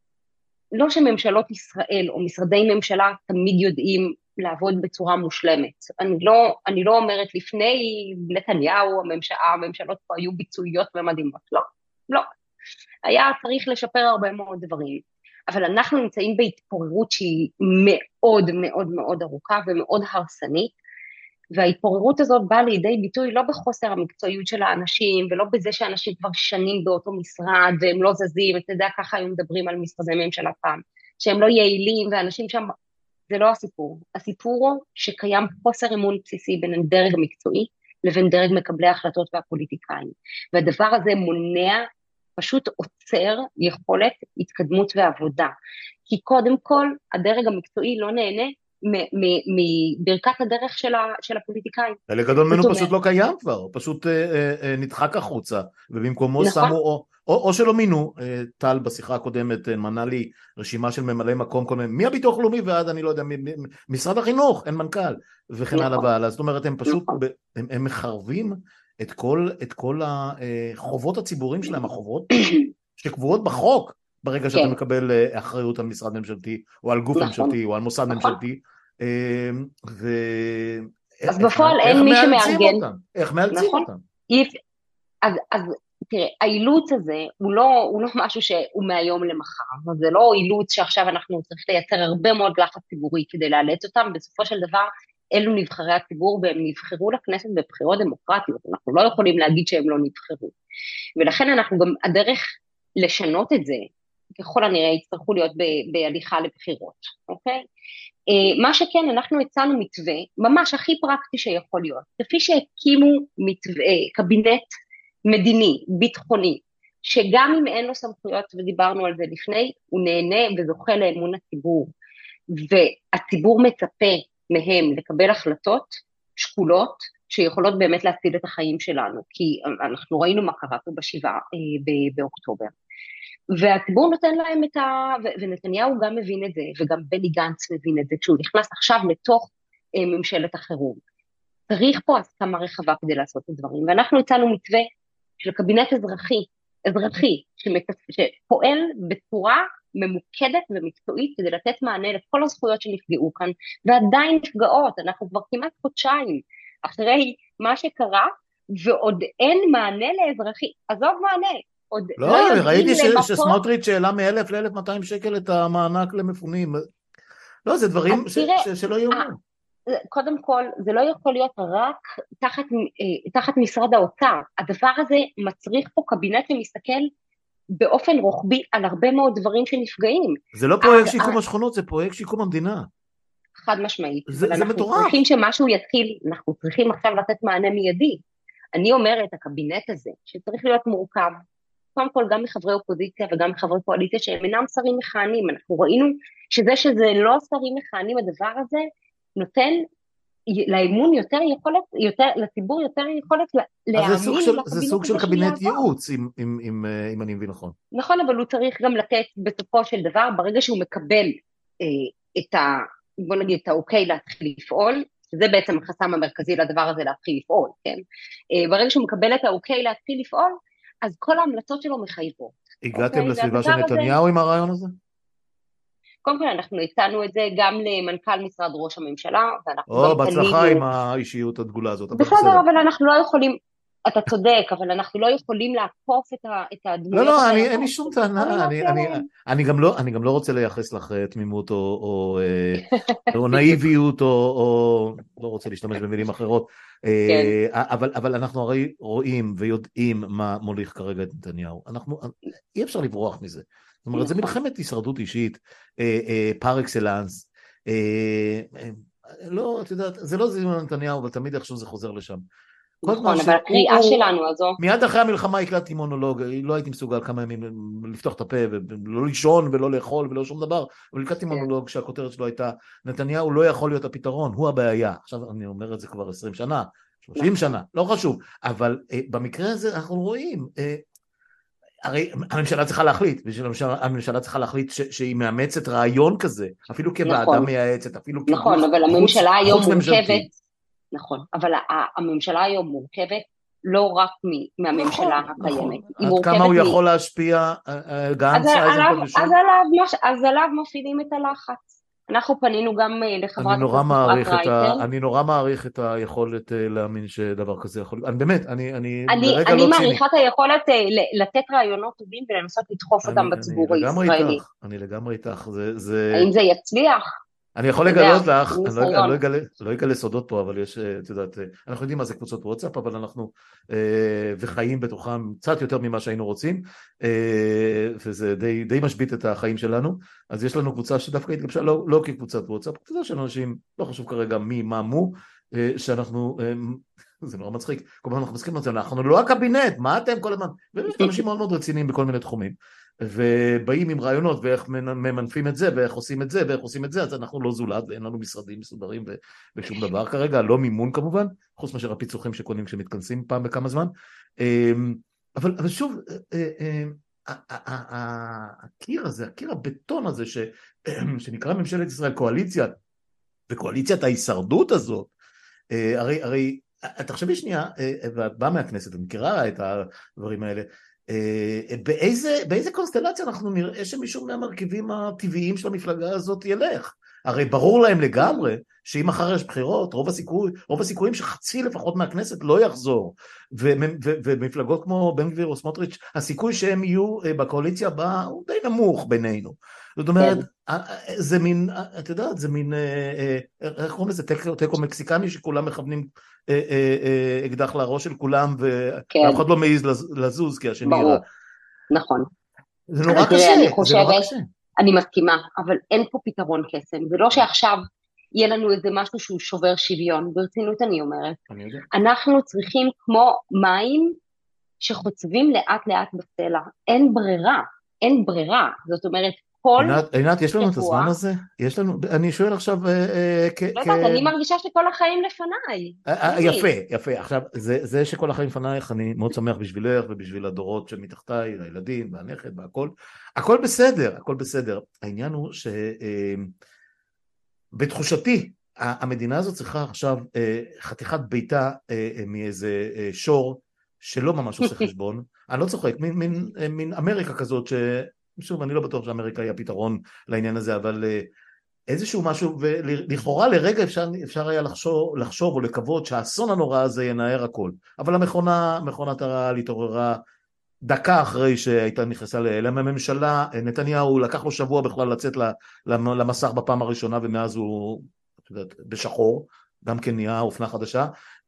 לא שממשלות ישראל או משרדי ממשלה תמיד יודעים לעבוד בצורה מושלמת. אני לא, אני לא אומרת לפני נתניהו, הממשלה, הממשלות פה היו ביצועיות ומדהימות. לא, לא. היה צריך לשפר הרבה מאוד דברים. אבל אנחנו נמצאים בהתפוררות שהיא מאוד מאוד מאוד ארוכה ומאוד הרסנית, וההתפוררות הזאת באה לידי ביטוי לא בחוסר המקצועיות של האנשים, ולא בזה שאנשים כבר שנים באותו משרד, והם לא זזים, אתה יודע, ככה היו מדברים על משרדי ממשלה פעם, שהם לא יעילים, ואנשים שם, זה לא הסיפור. הסיפור הוא שקיים חוסר אמון בסיסי בין הדרג המקצועי, לבין דרג מקבלי ההחלטות והפוליטיקאים, והדבר הזה מונע, פשוט עוצר יכולת התקדמות ועבודה. כי קודם כל, הדרג המקצועי לא נהנה מברכת הדרך של הפוליטיקאים. חלק גדול ממנו פשוט לא קיים כבר, פשוט נדחק החוצה, ובמקומו שמו, או שלא מינו, טל בשיחה הקודמת מנה לי רשימה של ממלאי מקום, מי הביטוח לאומי ועד, אני לא יודע, משרד החינוך, אין מנכ"ל, וכן הלאה והלאה. זאת אומרת, הם פשוט, הם מחרבים, את כל, את כל החובות הציבוריים שלהם, החובות שקבועות בחוק, ברגע שאתה מקבל אחריות על משרד ממשלתי, או על גוף ממשלתי, או על מוסד ממשלתי, ו... אז בפועל אין מי שמארגן. איך מאלצים אותם? אז, אז תראה, האילוץ הזה הוא לא, הוא לא משהו שהוא מהיום למחר, זה לא אילוץ שעכשיו אנחנו צריכים לייצר הרבה מאוד לחץ ציבורי כדי לאלץ אותם, בסופו של דבר, אלו נבחרי הציבור, והם נבחרו לכנסת בבחירות דמוקרטיות, אנחנו לא יכולים להגיד שהם לא נבחרו. ולכן אנחנו גם, הדרך לשנות את זה, ככל הנראה יצטרכו להיות ב- בהליכה לבחירות, אוקיי? מה שכן, אנחנו הצענו מתווה, ממש הכי פרקטי שיכול להיות, כפי שהקימו מתווה, קבינט מדיני, ביטחוני, שגם אם אין לו סמכויות, ודיברנו על זה לפני, הוא נהנה וזוכה לאמון הציבור, והציבור מצפה מהם לקבל החלטות שקולות, שיכולות באמת להציל את החיים שלנו, כי אנחנו ראינו מה קרה פה בשבעה באוקטובר. והציבור נותן להם את ה... ונתניהו גם מבין את זה, וגם בני גנץ מבין את זה, כשהוא נכנס עכשיו לתוך ממשלת החירום. צריך פה הסכמה רחבה כדי לעשות את הדברים, ואנחנו הצענו מתווה של קבינט אזרחי, אזרחי, שפועל בצורה ממוקדת ומקצועית, כדי לתת מענה לכל הזכויות שנפגעו כאן, ועדיין נפגעות, אנחנו כבר כמעט חודשיים, אחרי מה שקרה, ועוד אין מענה לאזרחי, עזוב מענה, עוד לא, לא יודעים ראיתי למפות. שסמוטריץ' העלה מ-אלף ל-אלף מאתיים שקל את המענק למפונים. לא, זה דברים ש- תראה, ש- שלא יאומן. קודם כל, זה לא יכול להיות רק תחת, תחת משרד האוצר. הדבר הזה מצריך פה קבינט שמסתכל באופן רוחבי על הרבה מאוד דברים שנפגעים. זה לא פרויקט שיקום השכונות, זה פרויקט שיקום המדינה. חד משמעית. זה, זה אנחנו מטורף. צריכים שמשהו יתחיל, אנחנו צריכים עכשיו לתת מענה מיידי. אני אומרת, הקבינט הזה, שצריך להיות מורכב, קודם כל גם מחברי אופוזיציה וגם מחברי קואליציה שהם אינם שרים מכהנים. אנחנו ראינו שזה שזה לא שרים מכהנים, הדבר הזה נותן לאמון יותר יכולת, יותר, לציבור יותר יכולת להאמין. אז זה סוג של, זה סוג של קבינט ייעוץ, אם, אם, אם, אם אני מבין נכון. נכון, אבל הוא צריך גם לתת בסופו של דבר, ברגע שהוא מקבל אה, את ה, בוא נגיד, את האוקיי להתחיל לפעול, זה בעצם החסם המרכזי לדבר הזה להתחיל לפעול, כן? אה, ברגע שהוא מקבל את האוקיי להתחיל לפעול, אז כל ההמלצות שלו מחייבות. הגעתם אוקיי? לסביבה של נתניהו עם הרעיון הזה? קודם כל אנחנו הצענו את זה גם למנכ"ל משרד ראש הממשלה, ואנחנו או, גם בהצלחה פנינו... עם האישיות הדגולה הזאת. בסדר, אבל אנחנו לא יכולים, אתה צודק, אבל אנחנו לא יכולים לעקוף את, ה, את הדמויות. לא, לא, הקיימות. אני, אין לי שום טענה, אני, אני, אני, גם לא, אני גם לא רוצה לייחס לך תמימות או, או, או נאיביות, או, או לא רוצה להשתמש במילים אחרות, כן. אבל, אבל אנחנו הרי רואים ויודעים מה מוליך כרגע את נתניהו. אנחנו, אי אפשר לברוח מזה. זאת אומרת, זה מלחמת הישרדות אישית, פר אקסלנס, לא, את יודעת, זה לא זימון נתניהו, אבל תמיד איכשהו זה חוזר לשם. נכון, אבל הקריאה שלנו הזו... מיד אחרי המלחמה הקלטתי מונולוג, לא הייתי מסוגל כמה ימים לפתוח את הפה, ולא לישון ולא לאכול ולא שום דבר, אבל הקלטתי מונולוג שהכותרת שלו הייתה, נתניהו לא יכול להיות הפתרון, הוא הבעיה. עכשיו אני אומר את זה כבר עשרים שנה, שלושים שנה, לא חשוב, אבל במקרה הזה אנחנו רואים, הרי הממשלה צריכה להחליט, הממשלה צריכה להחליט שהיא מאמצת רעיון כזה, אפילו כוועדה מייעצת, אפילו כגוף נכון, אבל הממשלה היום מורכבת, נכון, אבל הממשלה היום מורכבת לא רק מהממשלה הקיימת. עד כמה הוא יכול להשפיע, גנץ, אז עליו מפעילים את הלחץ. אנחנו פנינו גם לחברת רייטן. אני נורא מעריך את היכולת להאמין שדבר כזה יכול... אני באמת, אני אני מעריכה את היכולת לתת רעיונות טובים ולנסות לדחוף אותם בציבור הישראלי. אני לגמרי איתך. האם זה יצליח? אני יכול לגלות לך, אני לא אגלה סודות פה, אבל יש, את יודעת, אנחנו יודעים מה זה קבוצות וואטסאפ, אבל אנחנו וחיים בתוכם קצת יותר ממה שהיינו רוצים, וזה די משבית את החיים שלנו. אז יש לנו קבוצה שדווקא התגבשה, לא כקבוצת וואטסאפ, קבוצה של אנשים, לא חשוב כרגע מי, מה, מו, שאנחנו, זה נורא מצחיק, כל פעם אנחנו מסכים לזה, אנחנו לא הקבינט, מה אתם כל הזמן? ובאמת אנשים מאוד מאוד רציניים בכל מיני תחומים. ובאים עם רעיונות ואיך ממנפים את זה ואיך עושים את זה ואיך עושים את זה, אז אנחנו לא זולת ואין לנו משרדים מסודרים ושום דבר כרגע, לא מימון כמובן, חוץ מאשר הפיצוחים שקונים כשמתכנסים פעם בכמה זמן, אבל, אבל שוב, הקיר הזה, הקיר הבטון הזה ש, שנקרא ממשלת ישראל קואליציה, וקואליציית ההישרדות הזאת, הרי, הרי, תחשבי שנייה, ואת באה מהכנסת, את מכירה את הדברים האלה, באיזה, באיזה קונסטלציה אנחנו נראה שמישהו מהמרכיבים הטבעיים של המפלגה הזאת ילך? הרי ברור להם לגמרי שאם אחר יש בחירות, רוב הסיכוי, רוב הסיכויים שחצי לפחות מהכנסת לא יחזור, ומפלגות כמו בן גביר או סמוטריץ', הסיכוי שהם יהיו בקואליציה הבאה הוא די נמוך בינינו. זאת אומרת, זה מין, את יודעת, זה מין, איך קוראים לזה, טקו מקסיקני שכולם מכוונים אקדח לראש של כולם, ואף אחד לא מעיז לזוז, כי השני רע. נכון. זה נורא קשה, זה נורא קשה. אני מסכימה, אבל אין פה פתרון קסם. זה לא שעכשיו יהיה לנו איזה משהו שהוא שובר שוויון, ברצינות אני אומרת. אנחנו צריכים כמו מים שחוצבים לאט לאט בסלע, אין ברירה, אין ברירה, זאת אומרת, כל עינת, עינת, יש לנו את שבוע, הזמן הזה? יש לנו, אני שואל עכשיו, אה, אה, כ, לא כ, יודעת, אני מרגישה שכל החיים לפניי, אה, אה, אורי, יפה, יפה, עכשיו, זה, זה שכל החיים לפנייך, אני מאוד שמח בשבילך ובשביל הדורות שמתחתיי, הילדים והנכד והכל, הכל בסדר, הכל בסדר, העניין הוא שבתחושתי, המדינה הזאת צריכה עכשיו אה, חתיכת ביתה אה, אה, מאיזה אה, שור שלא ממש עושה חשבון, אני לא צוחק, מין, מין, אה, מין אמריקה כזאת ש... שוב, אני לא בטוח שאמריקה היא הפתרון לעניין הזה, אבל אה, איזשהו משהו, ולכאורה לרגע אפשר, אפשר היה לחשוב, לחשוב או לקוות שהאסון הנורא הזה ינער הכל, אבל המכונה, מכונת הרעל התעוררה דקה אחרי שהייתה נכנסה לממשלה, נתניהו לקח לו שבוע בכלל לצאת למסך בפעם הראשונה, ומאז הוא יודעת, בשחור, גם כן נהיה אופנה חדשה,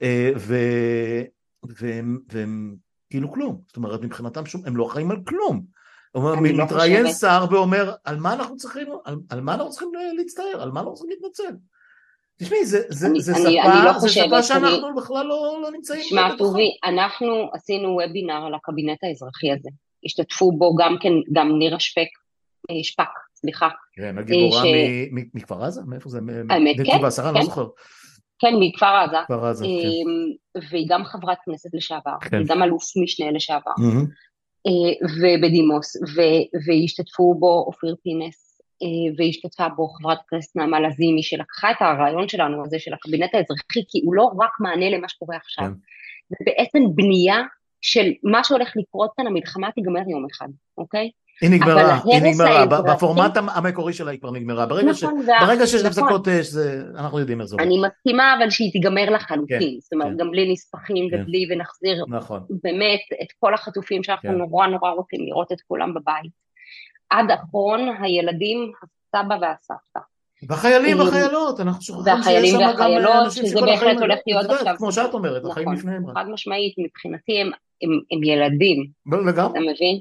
והם כאילו כלום, זאת אומרת מבחינתם שום, הם לא אחראים על כלום, מתראיין שר ואומר על מה אנחנו צריכים, על, על מה אנחנו צריכים להצטער, על מה אנחנו צריכים להתנצל. תשמעי, זה, זה, אני, זה אני, שפה, אני לא זה חושבת, שפה שאנחנו אני, בכלל לא, לא נמצאים שמע בתוכה. טובי, אנחנו עשינו וובינר על הקבינט האזרחי הזה, השתתפו בו גם כן, גם נירה שפק, שפק, סליחה. כן, הגיבורה ש... מכפר עזה? מאיפה זה? האמת, כן, נתיב העשרה, כן, לא זוכר. כן, מכפר עזה, מכפר עזה, כן. והיא גם חברת כנסת לשעבר, כן. והיא גם אלוף משנה לשעבר, Mm-hmm. ובדימוס, והשתתפו בו אופיר פינס, והשתתפה בו חברת הכנסת נעמה לזימי, שלקחה את הרעיון שלנו הזה של הקבינט האזרחי, כי הוא לא רק מענה למה שקורה עכשיו, זה בעצם בנייה של מה שהולך לקרות כאן, המלחמה תיגמר יום אחד, אוקיי? היא נגמרה, היא נגמרה, בפורמט המקורי שלה היא כבר נגמרה, ברגע שיש הפסקות אש, אנחנו יודעים איך זה עובד. אני מסכימה אבל שהיא תיגמר לחלוטין, זאת אומרת גם בלי נספחים ובלי ונחזיר באמת את כל החטופים שאנחנו נורא נורא רוצים לראות את כולם בבית, עד אחרון הילדים, הסבא והסבתא. והחיילים והחיילות, אנחנו שוכחים שיש שם גם אנשים שכל החיים, כמו שאת אומרת, החיים לפניהם. חד משמעית, מבחינתי הם ילדים, אתה מבין?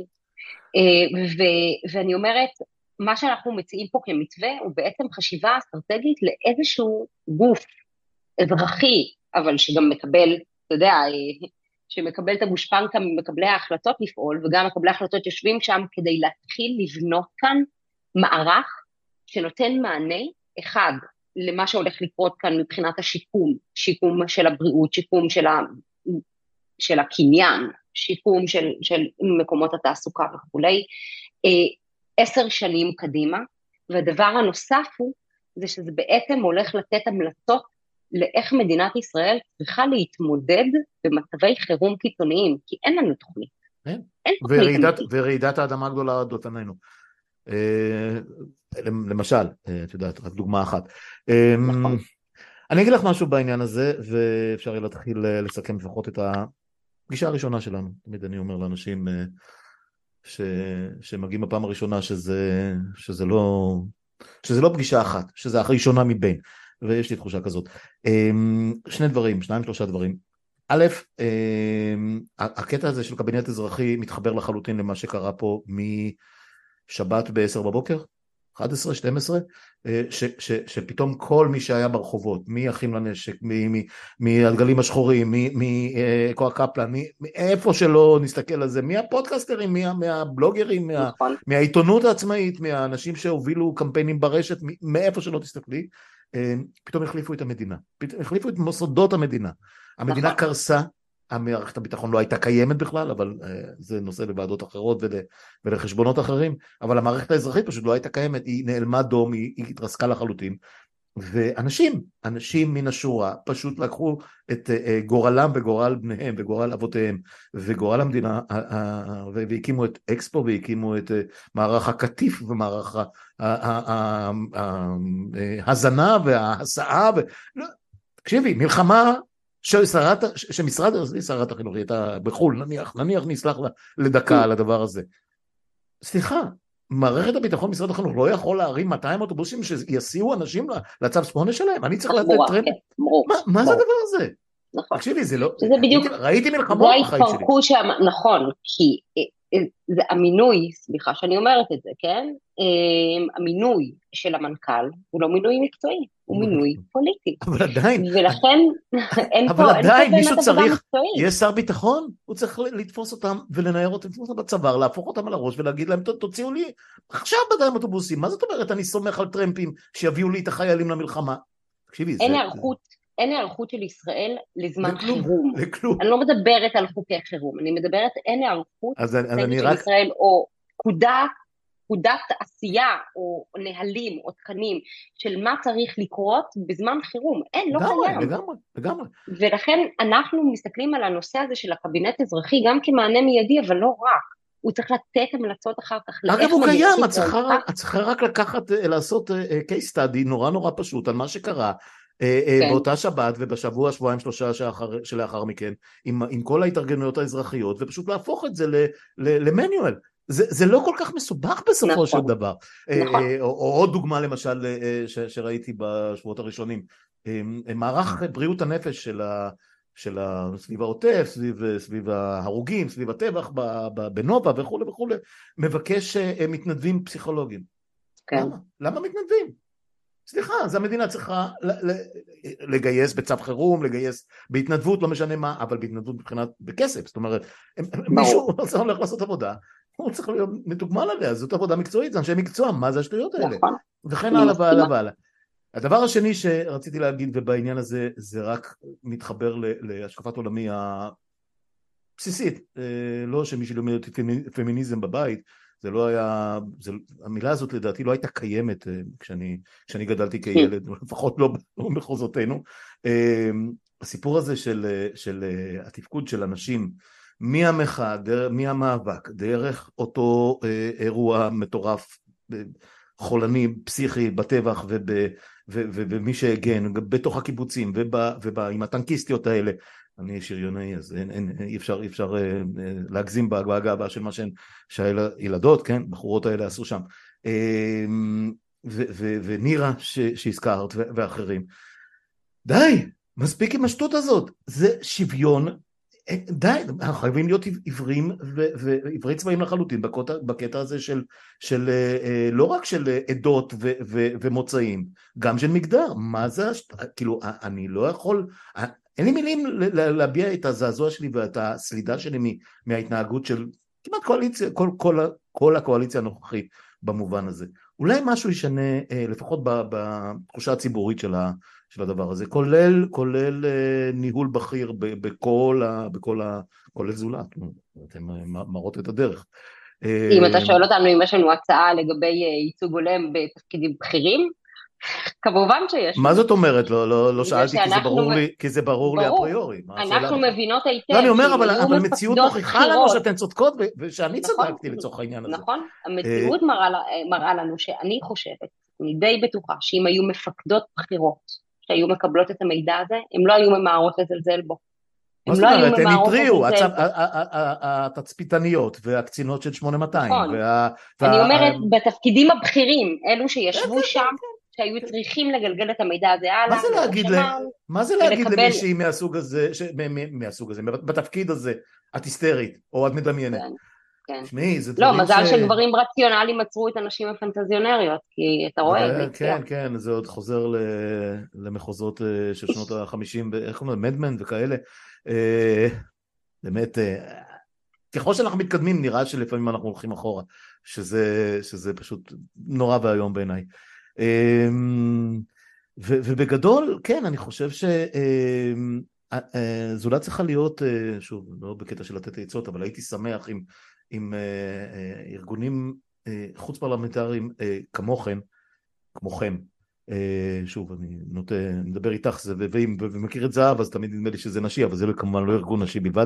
ואני אומרת, מה שאנחנו מציעים פה כמתווה הוא בעצם חשיבה אסטרטגית לאיזשהו גוף אזרחי, אבל שגם מקבל, אתה יודע, שמקבל את הגושפנקה ממקבלי ההחלטות לפעול, וגם מקבלי ההחלטות יושבים שם כדי להתחיל לבנות כאן מערך שנותן מענה אחד למה שהולך לקרות כאן מבחינת השיקום, שיקום של הבריאות, שיקום של, ה, של הקניין, שיקום של, של מקומות התעסוקה וכולי, עשר שנים קדימה, והדבר הנוסף הוא, זה שזה בעצם הולך לתת המלצות לאיך מדינת ישראל צריכה להתמודד במצבי חירום קיצוניים, כי אין לנו תוכנית. אין, אין תוכנית ורעידת, ורעידת האדמה הגדולה עד אותנו. למשל, את יודעת, רק דוגמה אחת. נכון. אני אגיד לך משהו בעניין הזה, ואפשר יהיה להתחיל לסכם לפחות את הפגישה הראשונה שלנו. תמיד אני אומר לאנשים ש... שמגיעים בפעם הראשונה שזה, שזה לא, שזה לא פגישה אחת, שזה הראשונה מבין, ויש לי תחושה כזאת. שני דברים, שניים, שלושה דברים. א', הקטע הזה של קבינט אזרחי מתחבר לחלוטין למה שקרה פה משבת ב-עשר בבוקר, אחת עשרה, שתים עשרה, ש, ש, שפתאום כל מי שהיה ברחובות, מי אחים לנשק, מהדגלים השחורים, מכוח קפלן, מאיפה שלא נסתכל על זה, מהפודקאסטרים, מה, מהבלוגרים, מה, מהעיתונות העצמאית, מהאנשים שהובילו קמפיינים ברשת, מאיפה שלא תסתכלי, פתאום החליפו את המדינה, פתאום החליפו את מוסדות המדינה, המדינה קרסה, המערכת הביטחון לא הייתה קיימת בכלל, אבל uh, זה נושא לוועדות אחרות ול, ולחשבונות אחרים, אבל המערכת האזרחית פשוט לא הייתה קיימת, היא נעלמה דום, היא, היא התרסקה לחלוטין, ואנשים, אנשים מן השורה, פשוט לקחו את uh, גורלם וגורל בניהם וגורל אבותיהם וגורל המדינה, uh, uh, והקימו את אקספו והקימו את uh, מערך הקטיף ומערך ההזנה וההסעה, ו... לא, תקשיבי, מלחמה ששרת, שמשרד, שרת החינוך הייתה בחול, נניח, נניח נסלח לדקה על הדבר הזה. סליחה, מערכת הביטחון משרד החינוך לא יכול להרים מאתיים אוטובוסים שיסיעו אנשים לצו שמונה שלהם? אני צריך לתת טרנד? מה זה הדבר הזה? נכון. תקשיבי, זה לא... שזה בדיוק... ראיתי מלחמות בחיים שלי. נכון, כי זה המינוי, סליחה שאני אומרת את זה, כן? המינוי של המנכ"ל הוא לא מינוי מקצועי, הוא מינוי פוליטי. אבל עדיין, ולכן אין פה, אבל עדיין מישהו צריך, מקצועית. יש שר ביטחון, הוא צריך לתפוס אותם ולנער אותם בצוואר, להפוך אותם על הראש ולהגיד להם, תוציאו לי עכשיו בדיים אוטובוסים. מה זאת אומרת? אני סומך על טרמפים שיביאו לי את החיילים למלחמה. תקשיבי, אין זה... הערכות, אין הערכות של ישראל לזמן לכלום, חירום. לכלום. אני לא מדברת על חוקי חירום, אני מדברת אין הערכות אז, אז אני של רק... ישראל, או פקודה, פקודת עשייה, או נהלים, או תקנים, של מה צריך לקרות בזמן חירום. אין, לא לגמרי, קיים. לגמרי, לגמרי. ולכן אנחנו מסתכלים על הנושא הזה של הקבינט אזרחי, גם כמענה מיידי, אבל לא רק. הוא צריך לתת המלצות אחר כך. אגב, הוא קיים, את צריכה, את צריכה רק לקחת, לעשות case study נורא נורא פשוט על מה שקרה, כן. באותה שבת ובשבוע, שבועיים, שלושה שאחר, שלאחר מכן, עם, עם כל ההתארגנויות האזרחיות, ופשוט להפוך את זה למנואל. זה, זה לא כל כך מסובך בסופו נכון. של דבר. נכון. או, או עוד דוגמה למשל ש, שראיתי בשבועות הראשונים, מערך בריאות הנפש של ה... של סביב העוטף, סביב, סביב ההרוגים, סביב הטבח בנובה וכו' וכו', מבקש מתנדבים פסיכולוגיים. כן. למה? למה מתנדבים? סליחה, אז המדינה צריכה לגייס בצו חירום, לגייס בהתנדבות, לא משנה מה, אבל בהתנדבות מבחינת בכסף, זאת אומרת, מישהו הולך לעשות עבודה, הוא צריך להיות מתוגמל עליה, זאת עבודה מקצועית, זה אנשי מקצוע, מה זה השטויות האלה? נכון. וכן הלאה והלאה והלאה. הדבר השני שרציתי להגיד, ובעניין הזה זה רק מתחבר להשקפת עולמי הבסיסית, לא שמישהו לומד אותי פמיניזם בבית, זה לא היה, זה, המילה הזאת לדעתי לא הייתה קיימת כשאני, כשאני גדלתי כילד, לפחות לא במחוזותינו. הסיפור הזה של, של התפקוד של אנשים, מהמחאה, מהמאבק, דרך אותו אירוע מטורף, חולני, פסיכי, בטבח וב, ו, ו, ומי שהגן, בתוך הקיבוצים, ובא, ובא, עם הטנקיסטיות האלה, אני שריונאי, אז אין, אין, אי אפשר, אי אפשר אה, להגזים בהגה הבאה של מה שהן, שהילדות, כן, בחורות האלה עשו שם, אה, ו, ו, ונירה ש, שהזכרת, ו, ואחרים. די, מספיק עם השטות הזאת, זה שוויון, די, אנחנו חייבים להיות עיוורים ועיוורי צבעים לחלוטין בקטע הזה של, של לא רק של עדות ו, ו, ומוצאים, גם של מגדר. מה זה, כאילו, אני לא יכול, אין לי מילים להביע את הזעזוע שלי ואת הסלידה שלי מההתנהגות של כמעט קואליציה, כל, כל, כל הקואליציה הנוכחית במובן הזה. אולי משהו ישנה, לפחות בתחושה הציבורית של ה... של הדבר הזה, כולל, כולל ניהול בכיר בכל ה... בכל ה... כולל זולת, אתם מראות את הדרך. אם אתה שואל אותנו אם יש לנו הצעה לגבי ייצוג הולם בתפקידים בכירים, כמובן שיש. מה זאת אומרת? לא, לא, לא שאלתי כי זה ברור לי, כי זה ברור לי אפריורי. אנחנו מבינות היטב. לא, אני אומר, אבל, אבל מציאות מוכיחה לנו שאתן צודקות ושאני צדקתי לצורך העניין הזה. נכון, המציאות מראה לנו שאני חושבת, אני די בטוחה שאם היו מפקדות בחירות, שהיו מקבלות את המידע הזה, הם לא היו ממהרות לזלזל בו. מה זאת אומרת? הם התריעו, התצפיתניות והקצינות של שמונה מאתיים. אני אומרת, בתפקידים הבכירים, אלו שישבו שם, שהיו צריכים לגלגל את המידע הזה הלאה. מה זה להגיד למישהי מהסוג הזה, מהסוג הזה, בתפקיד הזה, את היסטרית, או את מדמיינת? שמי, זה דברים ש... לא, מזל שגברים רציונליים עצרו את הנשים הפנטזיונריות, כי אתה רואה את זה. כן, כן, זה עוד חוזר למחוזות של שנות ה-חמישים, איך קוראים לזה, מדמן וכאלה. באמת, ככל שאנחנו מתקדמים, נראה שלפעמים אנחנו הולכים אחורה, שזה פשוט נורא והיום בעיניי. ובגדול, כן, אני חושב ש... זולה צריכה להיות, שוב, לא בקטע של לתת עצות, אבל הייתי שמח עם, עם ארגונים חוץ פרלמנטריים כמוכם, כמוכם, שוב, אני נוטה, מדבר איתך זה, ומכיר את זהב, אז תמיד נדמה לי שזה נשי, אבל זה כמובן לא ארגון נשי בלבד.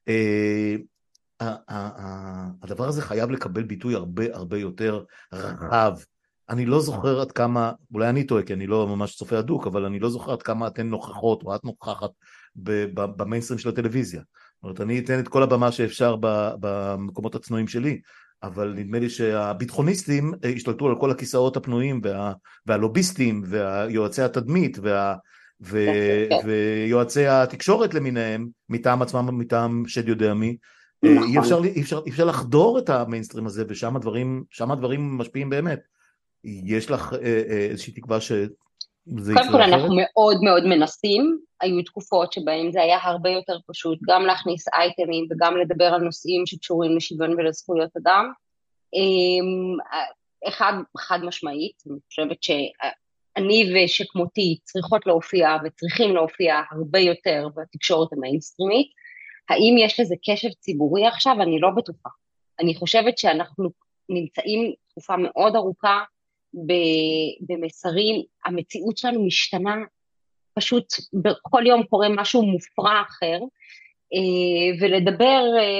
הדבר הזה חייב לקבל ביטוי הרבה הרבה יותר רחב. אני לא זוכר עד כמה, אולי אני טועה, כי אני לא ממש צופה הדוק, אבל אני לא זוכר עד כמה אתן נוכחות, או את נוכחת במיינסטרים של הטלוויזיה. זאת אומרת, אני אתן את כל הבמה שאפשר במקומות הצנועים שלי, אבל נדמה לי שהביטחוניסטים השתלטו על כל הכיסאות הפנויים, וה, והלוביסטים, והיועצי התדמית, וה, ו, ויועצי התקשורת למיניהם, מטעם עצמם, מטעם שד יודע מי, אי אפשר, אי אפשר, אי אפשר לחדור את המיינסטרים הזה, ושם הדברים, שם הדברים משפיעים באמת. יש לך איזושהי תקווה שזה יקרה אחרת? קודם כל אנחנו מאוד מאוד מנסים, היו תקופות שבהם זה היה הרבה יותר פשוט, גם להכניס אייטמים וגם לדבר על נושאים שקשורים לשוויון ולזכויות אדם. אחד, חד משמעית, אני חושבת שאני ושכמותי צריכות להופיע וצריכים להופיע הרבה יותר בתקשורת המיינסטרימית. האם יש לזה קשב ציבורי עכשיו? אני לא בטוחה. אני חושבת שאנחנו נמצאים תקופה מאוד ארוכה במסרים, המציאות שלנו משתנה, פשוט בכל יום קורה משהו מופרע אחר, ולדבר,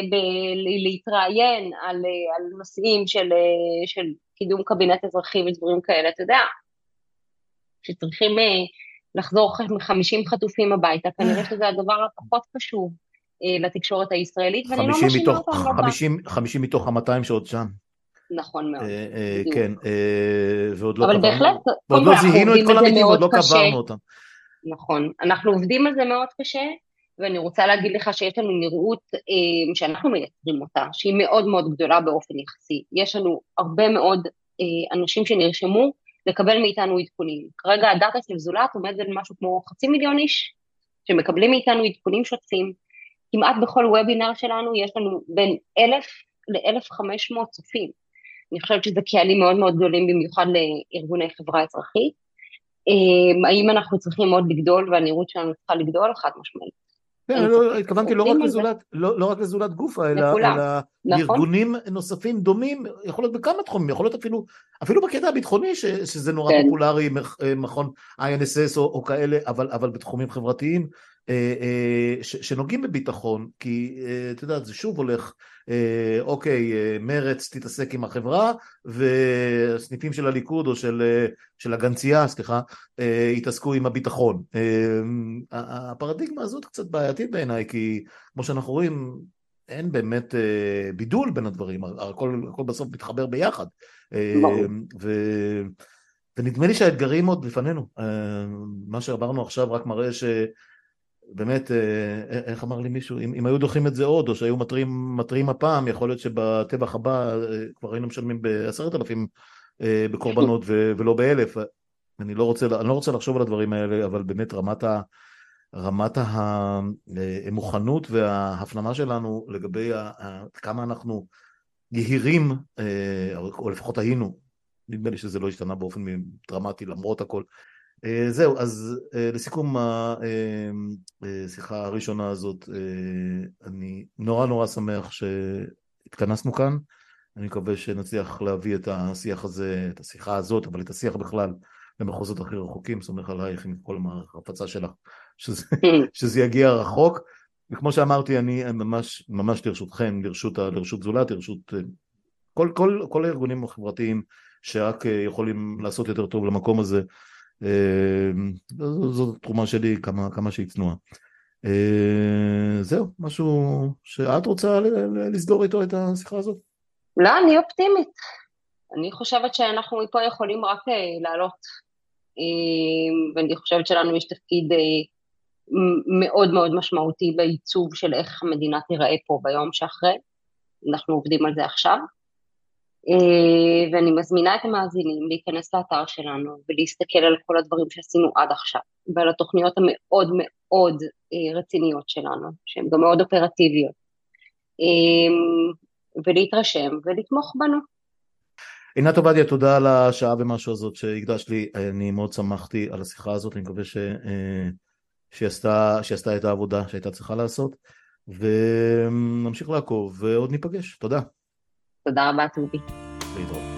להתראיין על, על נושאים של, של קידום קבינט אזרחי ודברים כאלה, אתה יודע, שצריכים לחזור חמישים חטופים הביתה, כנראה שזה הדבר הפחות חשוב לתקשורת הישראלית, ואני לא משאירה אותם. חמישים מתוך ה-מאתיים שעוד שם. נכון מאוד. כן, ועוד לא קברנו. אבל בהחלט, ועוד לא זיהינו את כל המתים, ועוד לא קברנו אותם. נכון, אנחנו עובדים על זה מאוד קשה, ואני רוצה להגיד לך שיש לנו נראות שאנחנו מייצרים אותה, שהיא מאוד מאוד גדולה באופן יחסי. יש לנו הרבה מאוד אנשים שנרשמו לקבל מאיתנו עדכונים. כרגע הדאטה של זולת עומד על משהו כמו חצי מיליון איש, שמקבלים מאיתנו עדכונים שוטפים. כמעט בכל וובינר שלנו יש לנו בין אלף ל-אלף וחמש מאות צופים. אני חושבת שזה קהלים מאוד מאוד גדולים, במיוחד לארגוני חברה אזרחית. האם אנחנו צריכים עוד לגדול, והנראות שלנו צריכה לגדול? חד משמעית. כן, התכוונתי לא רק לזולת גופה, אלא לארגונים נוספים דומים, יכול להיות בכמה תחומים, יכול להיות אפילו בקטע הביטחוני, שזה נורא פופולרי, מכון איי אן אס אס או כאלה, אבל בתחומים חברתיים, שנוגעים בביטחון, כי אתה יודע, זה שוב הולך, אוקיי, מרץ תתעסק עם החברה, והסניפים של הליכוד או של, של הגנצייה, סליחה, יתעסקו עם הביטחון. הפרדיגמה הזאת קצת בעייתית בעיניי, כי כמו שאנחנו רואים, אין באמת בידול בין הדברים, הכל, הכל בסוף מתחבר ביחד. ו... ונדמה לי שהאתגרים עוד לפנינו. מה שעברנו עכשיו רק מראה ש... באמת, איך אמר לי מישהו, אם, אם היו דוחים את זה עוד, או שהיו מטרים, מטרים הפעם, יכול להיות שבטבח הבא כבר היינו משלמים בעשרת אלפים בקורבנות ו, ולא באלף. אני לא רוצה, אני לא רוצה לחשוב על הדברים האלה, אבל באמת רמת ה, רמת המוכנות וההפנמה שלנו לגבי ה, כמה אנחנו יהירים, או לפחות היינו, נדמה לי שזה לא השתנה באופן דרמטי למרות הכל. זהו, אז לסיכום השיחה הראשונה הזאת, אני נורא נורא שמח שהתכנסנו כאן, אני מקווה שנצליח להביא את השיח הזה, את השיחה הזאת, אבל את השיח בכלל למחוזות הכי רחוקים, סומך עלייך עם כל המערכת ההפצה שלך, שזה, שזה יגיע רחוק, וכמו שאמרתי, אני ממש, ממש לרשותכם, לרשות, לרשות זולת, לרשות כל, כל, כל הארגונים החברתיים שרק יכולים לעשות יותר טוב למקום הזה, זאת תרומה שלי כמה, כמה שהיא צנועה. זהו, משהו שאת רוצה לסגור איתו את השיחה הזאת? לא, אני אופטימית. אני חושבת שאנחנו מפה יכולים רק לעלות, ואני חושבת שלנו יש תפקיד מאוד מאוד משמעותי בעיצוב של איך המדינה תיראה פה ביום שאחרי. אנחנו עובדים על זה עכשיו. ואני מזמינה את המאזינים להיכנס לאתר שלנו ולהסתכל על כל הדברים שעשינו עד עכשיו, ועל התוכניות המאוד מאוד רציניות שלנו, שהן גם מאוד אופרטיביות, ולהתרשם ולתמוך בנו. עינת עובדיה, תודה על השעה ומשהו הזאת שהקדשת לי, אני מאוד שמחתי על השיחה הזאת, אני מקווה ש... שעשתה, שעשתה את העבודה שהייתה צריכה לעשות, ונמשיך לעקוב ועוד ניפגש. תודה. תודה רבה, טובי. להתראות.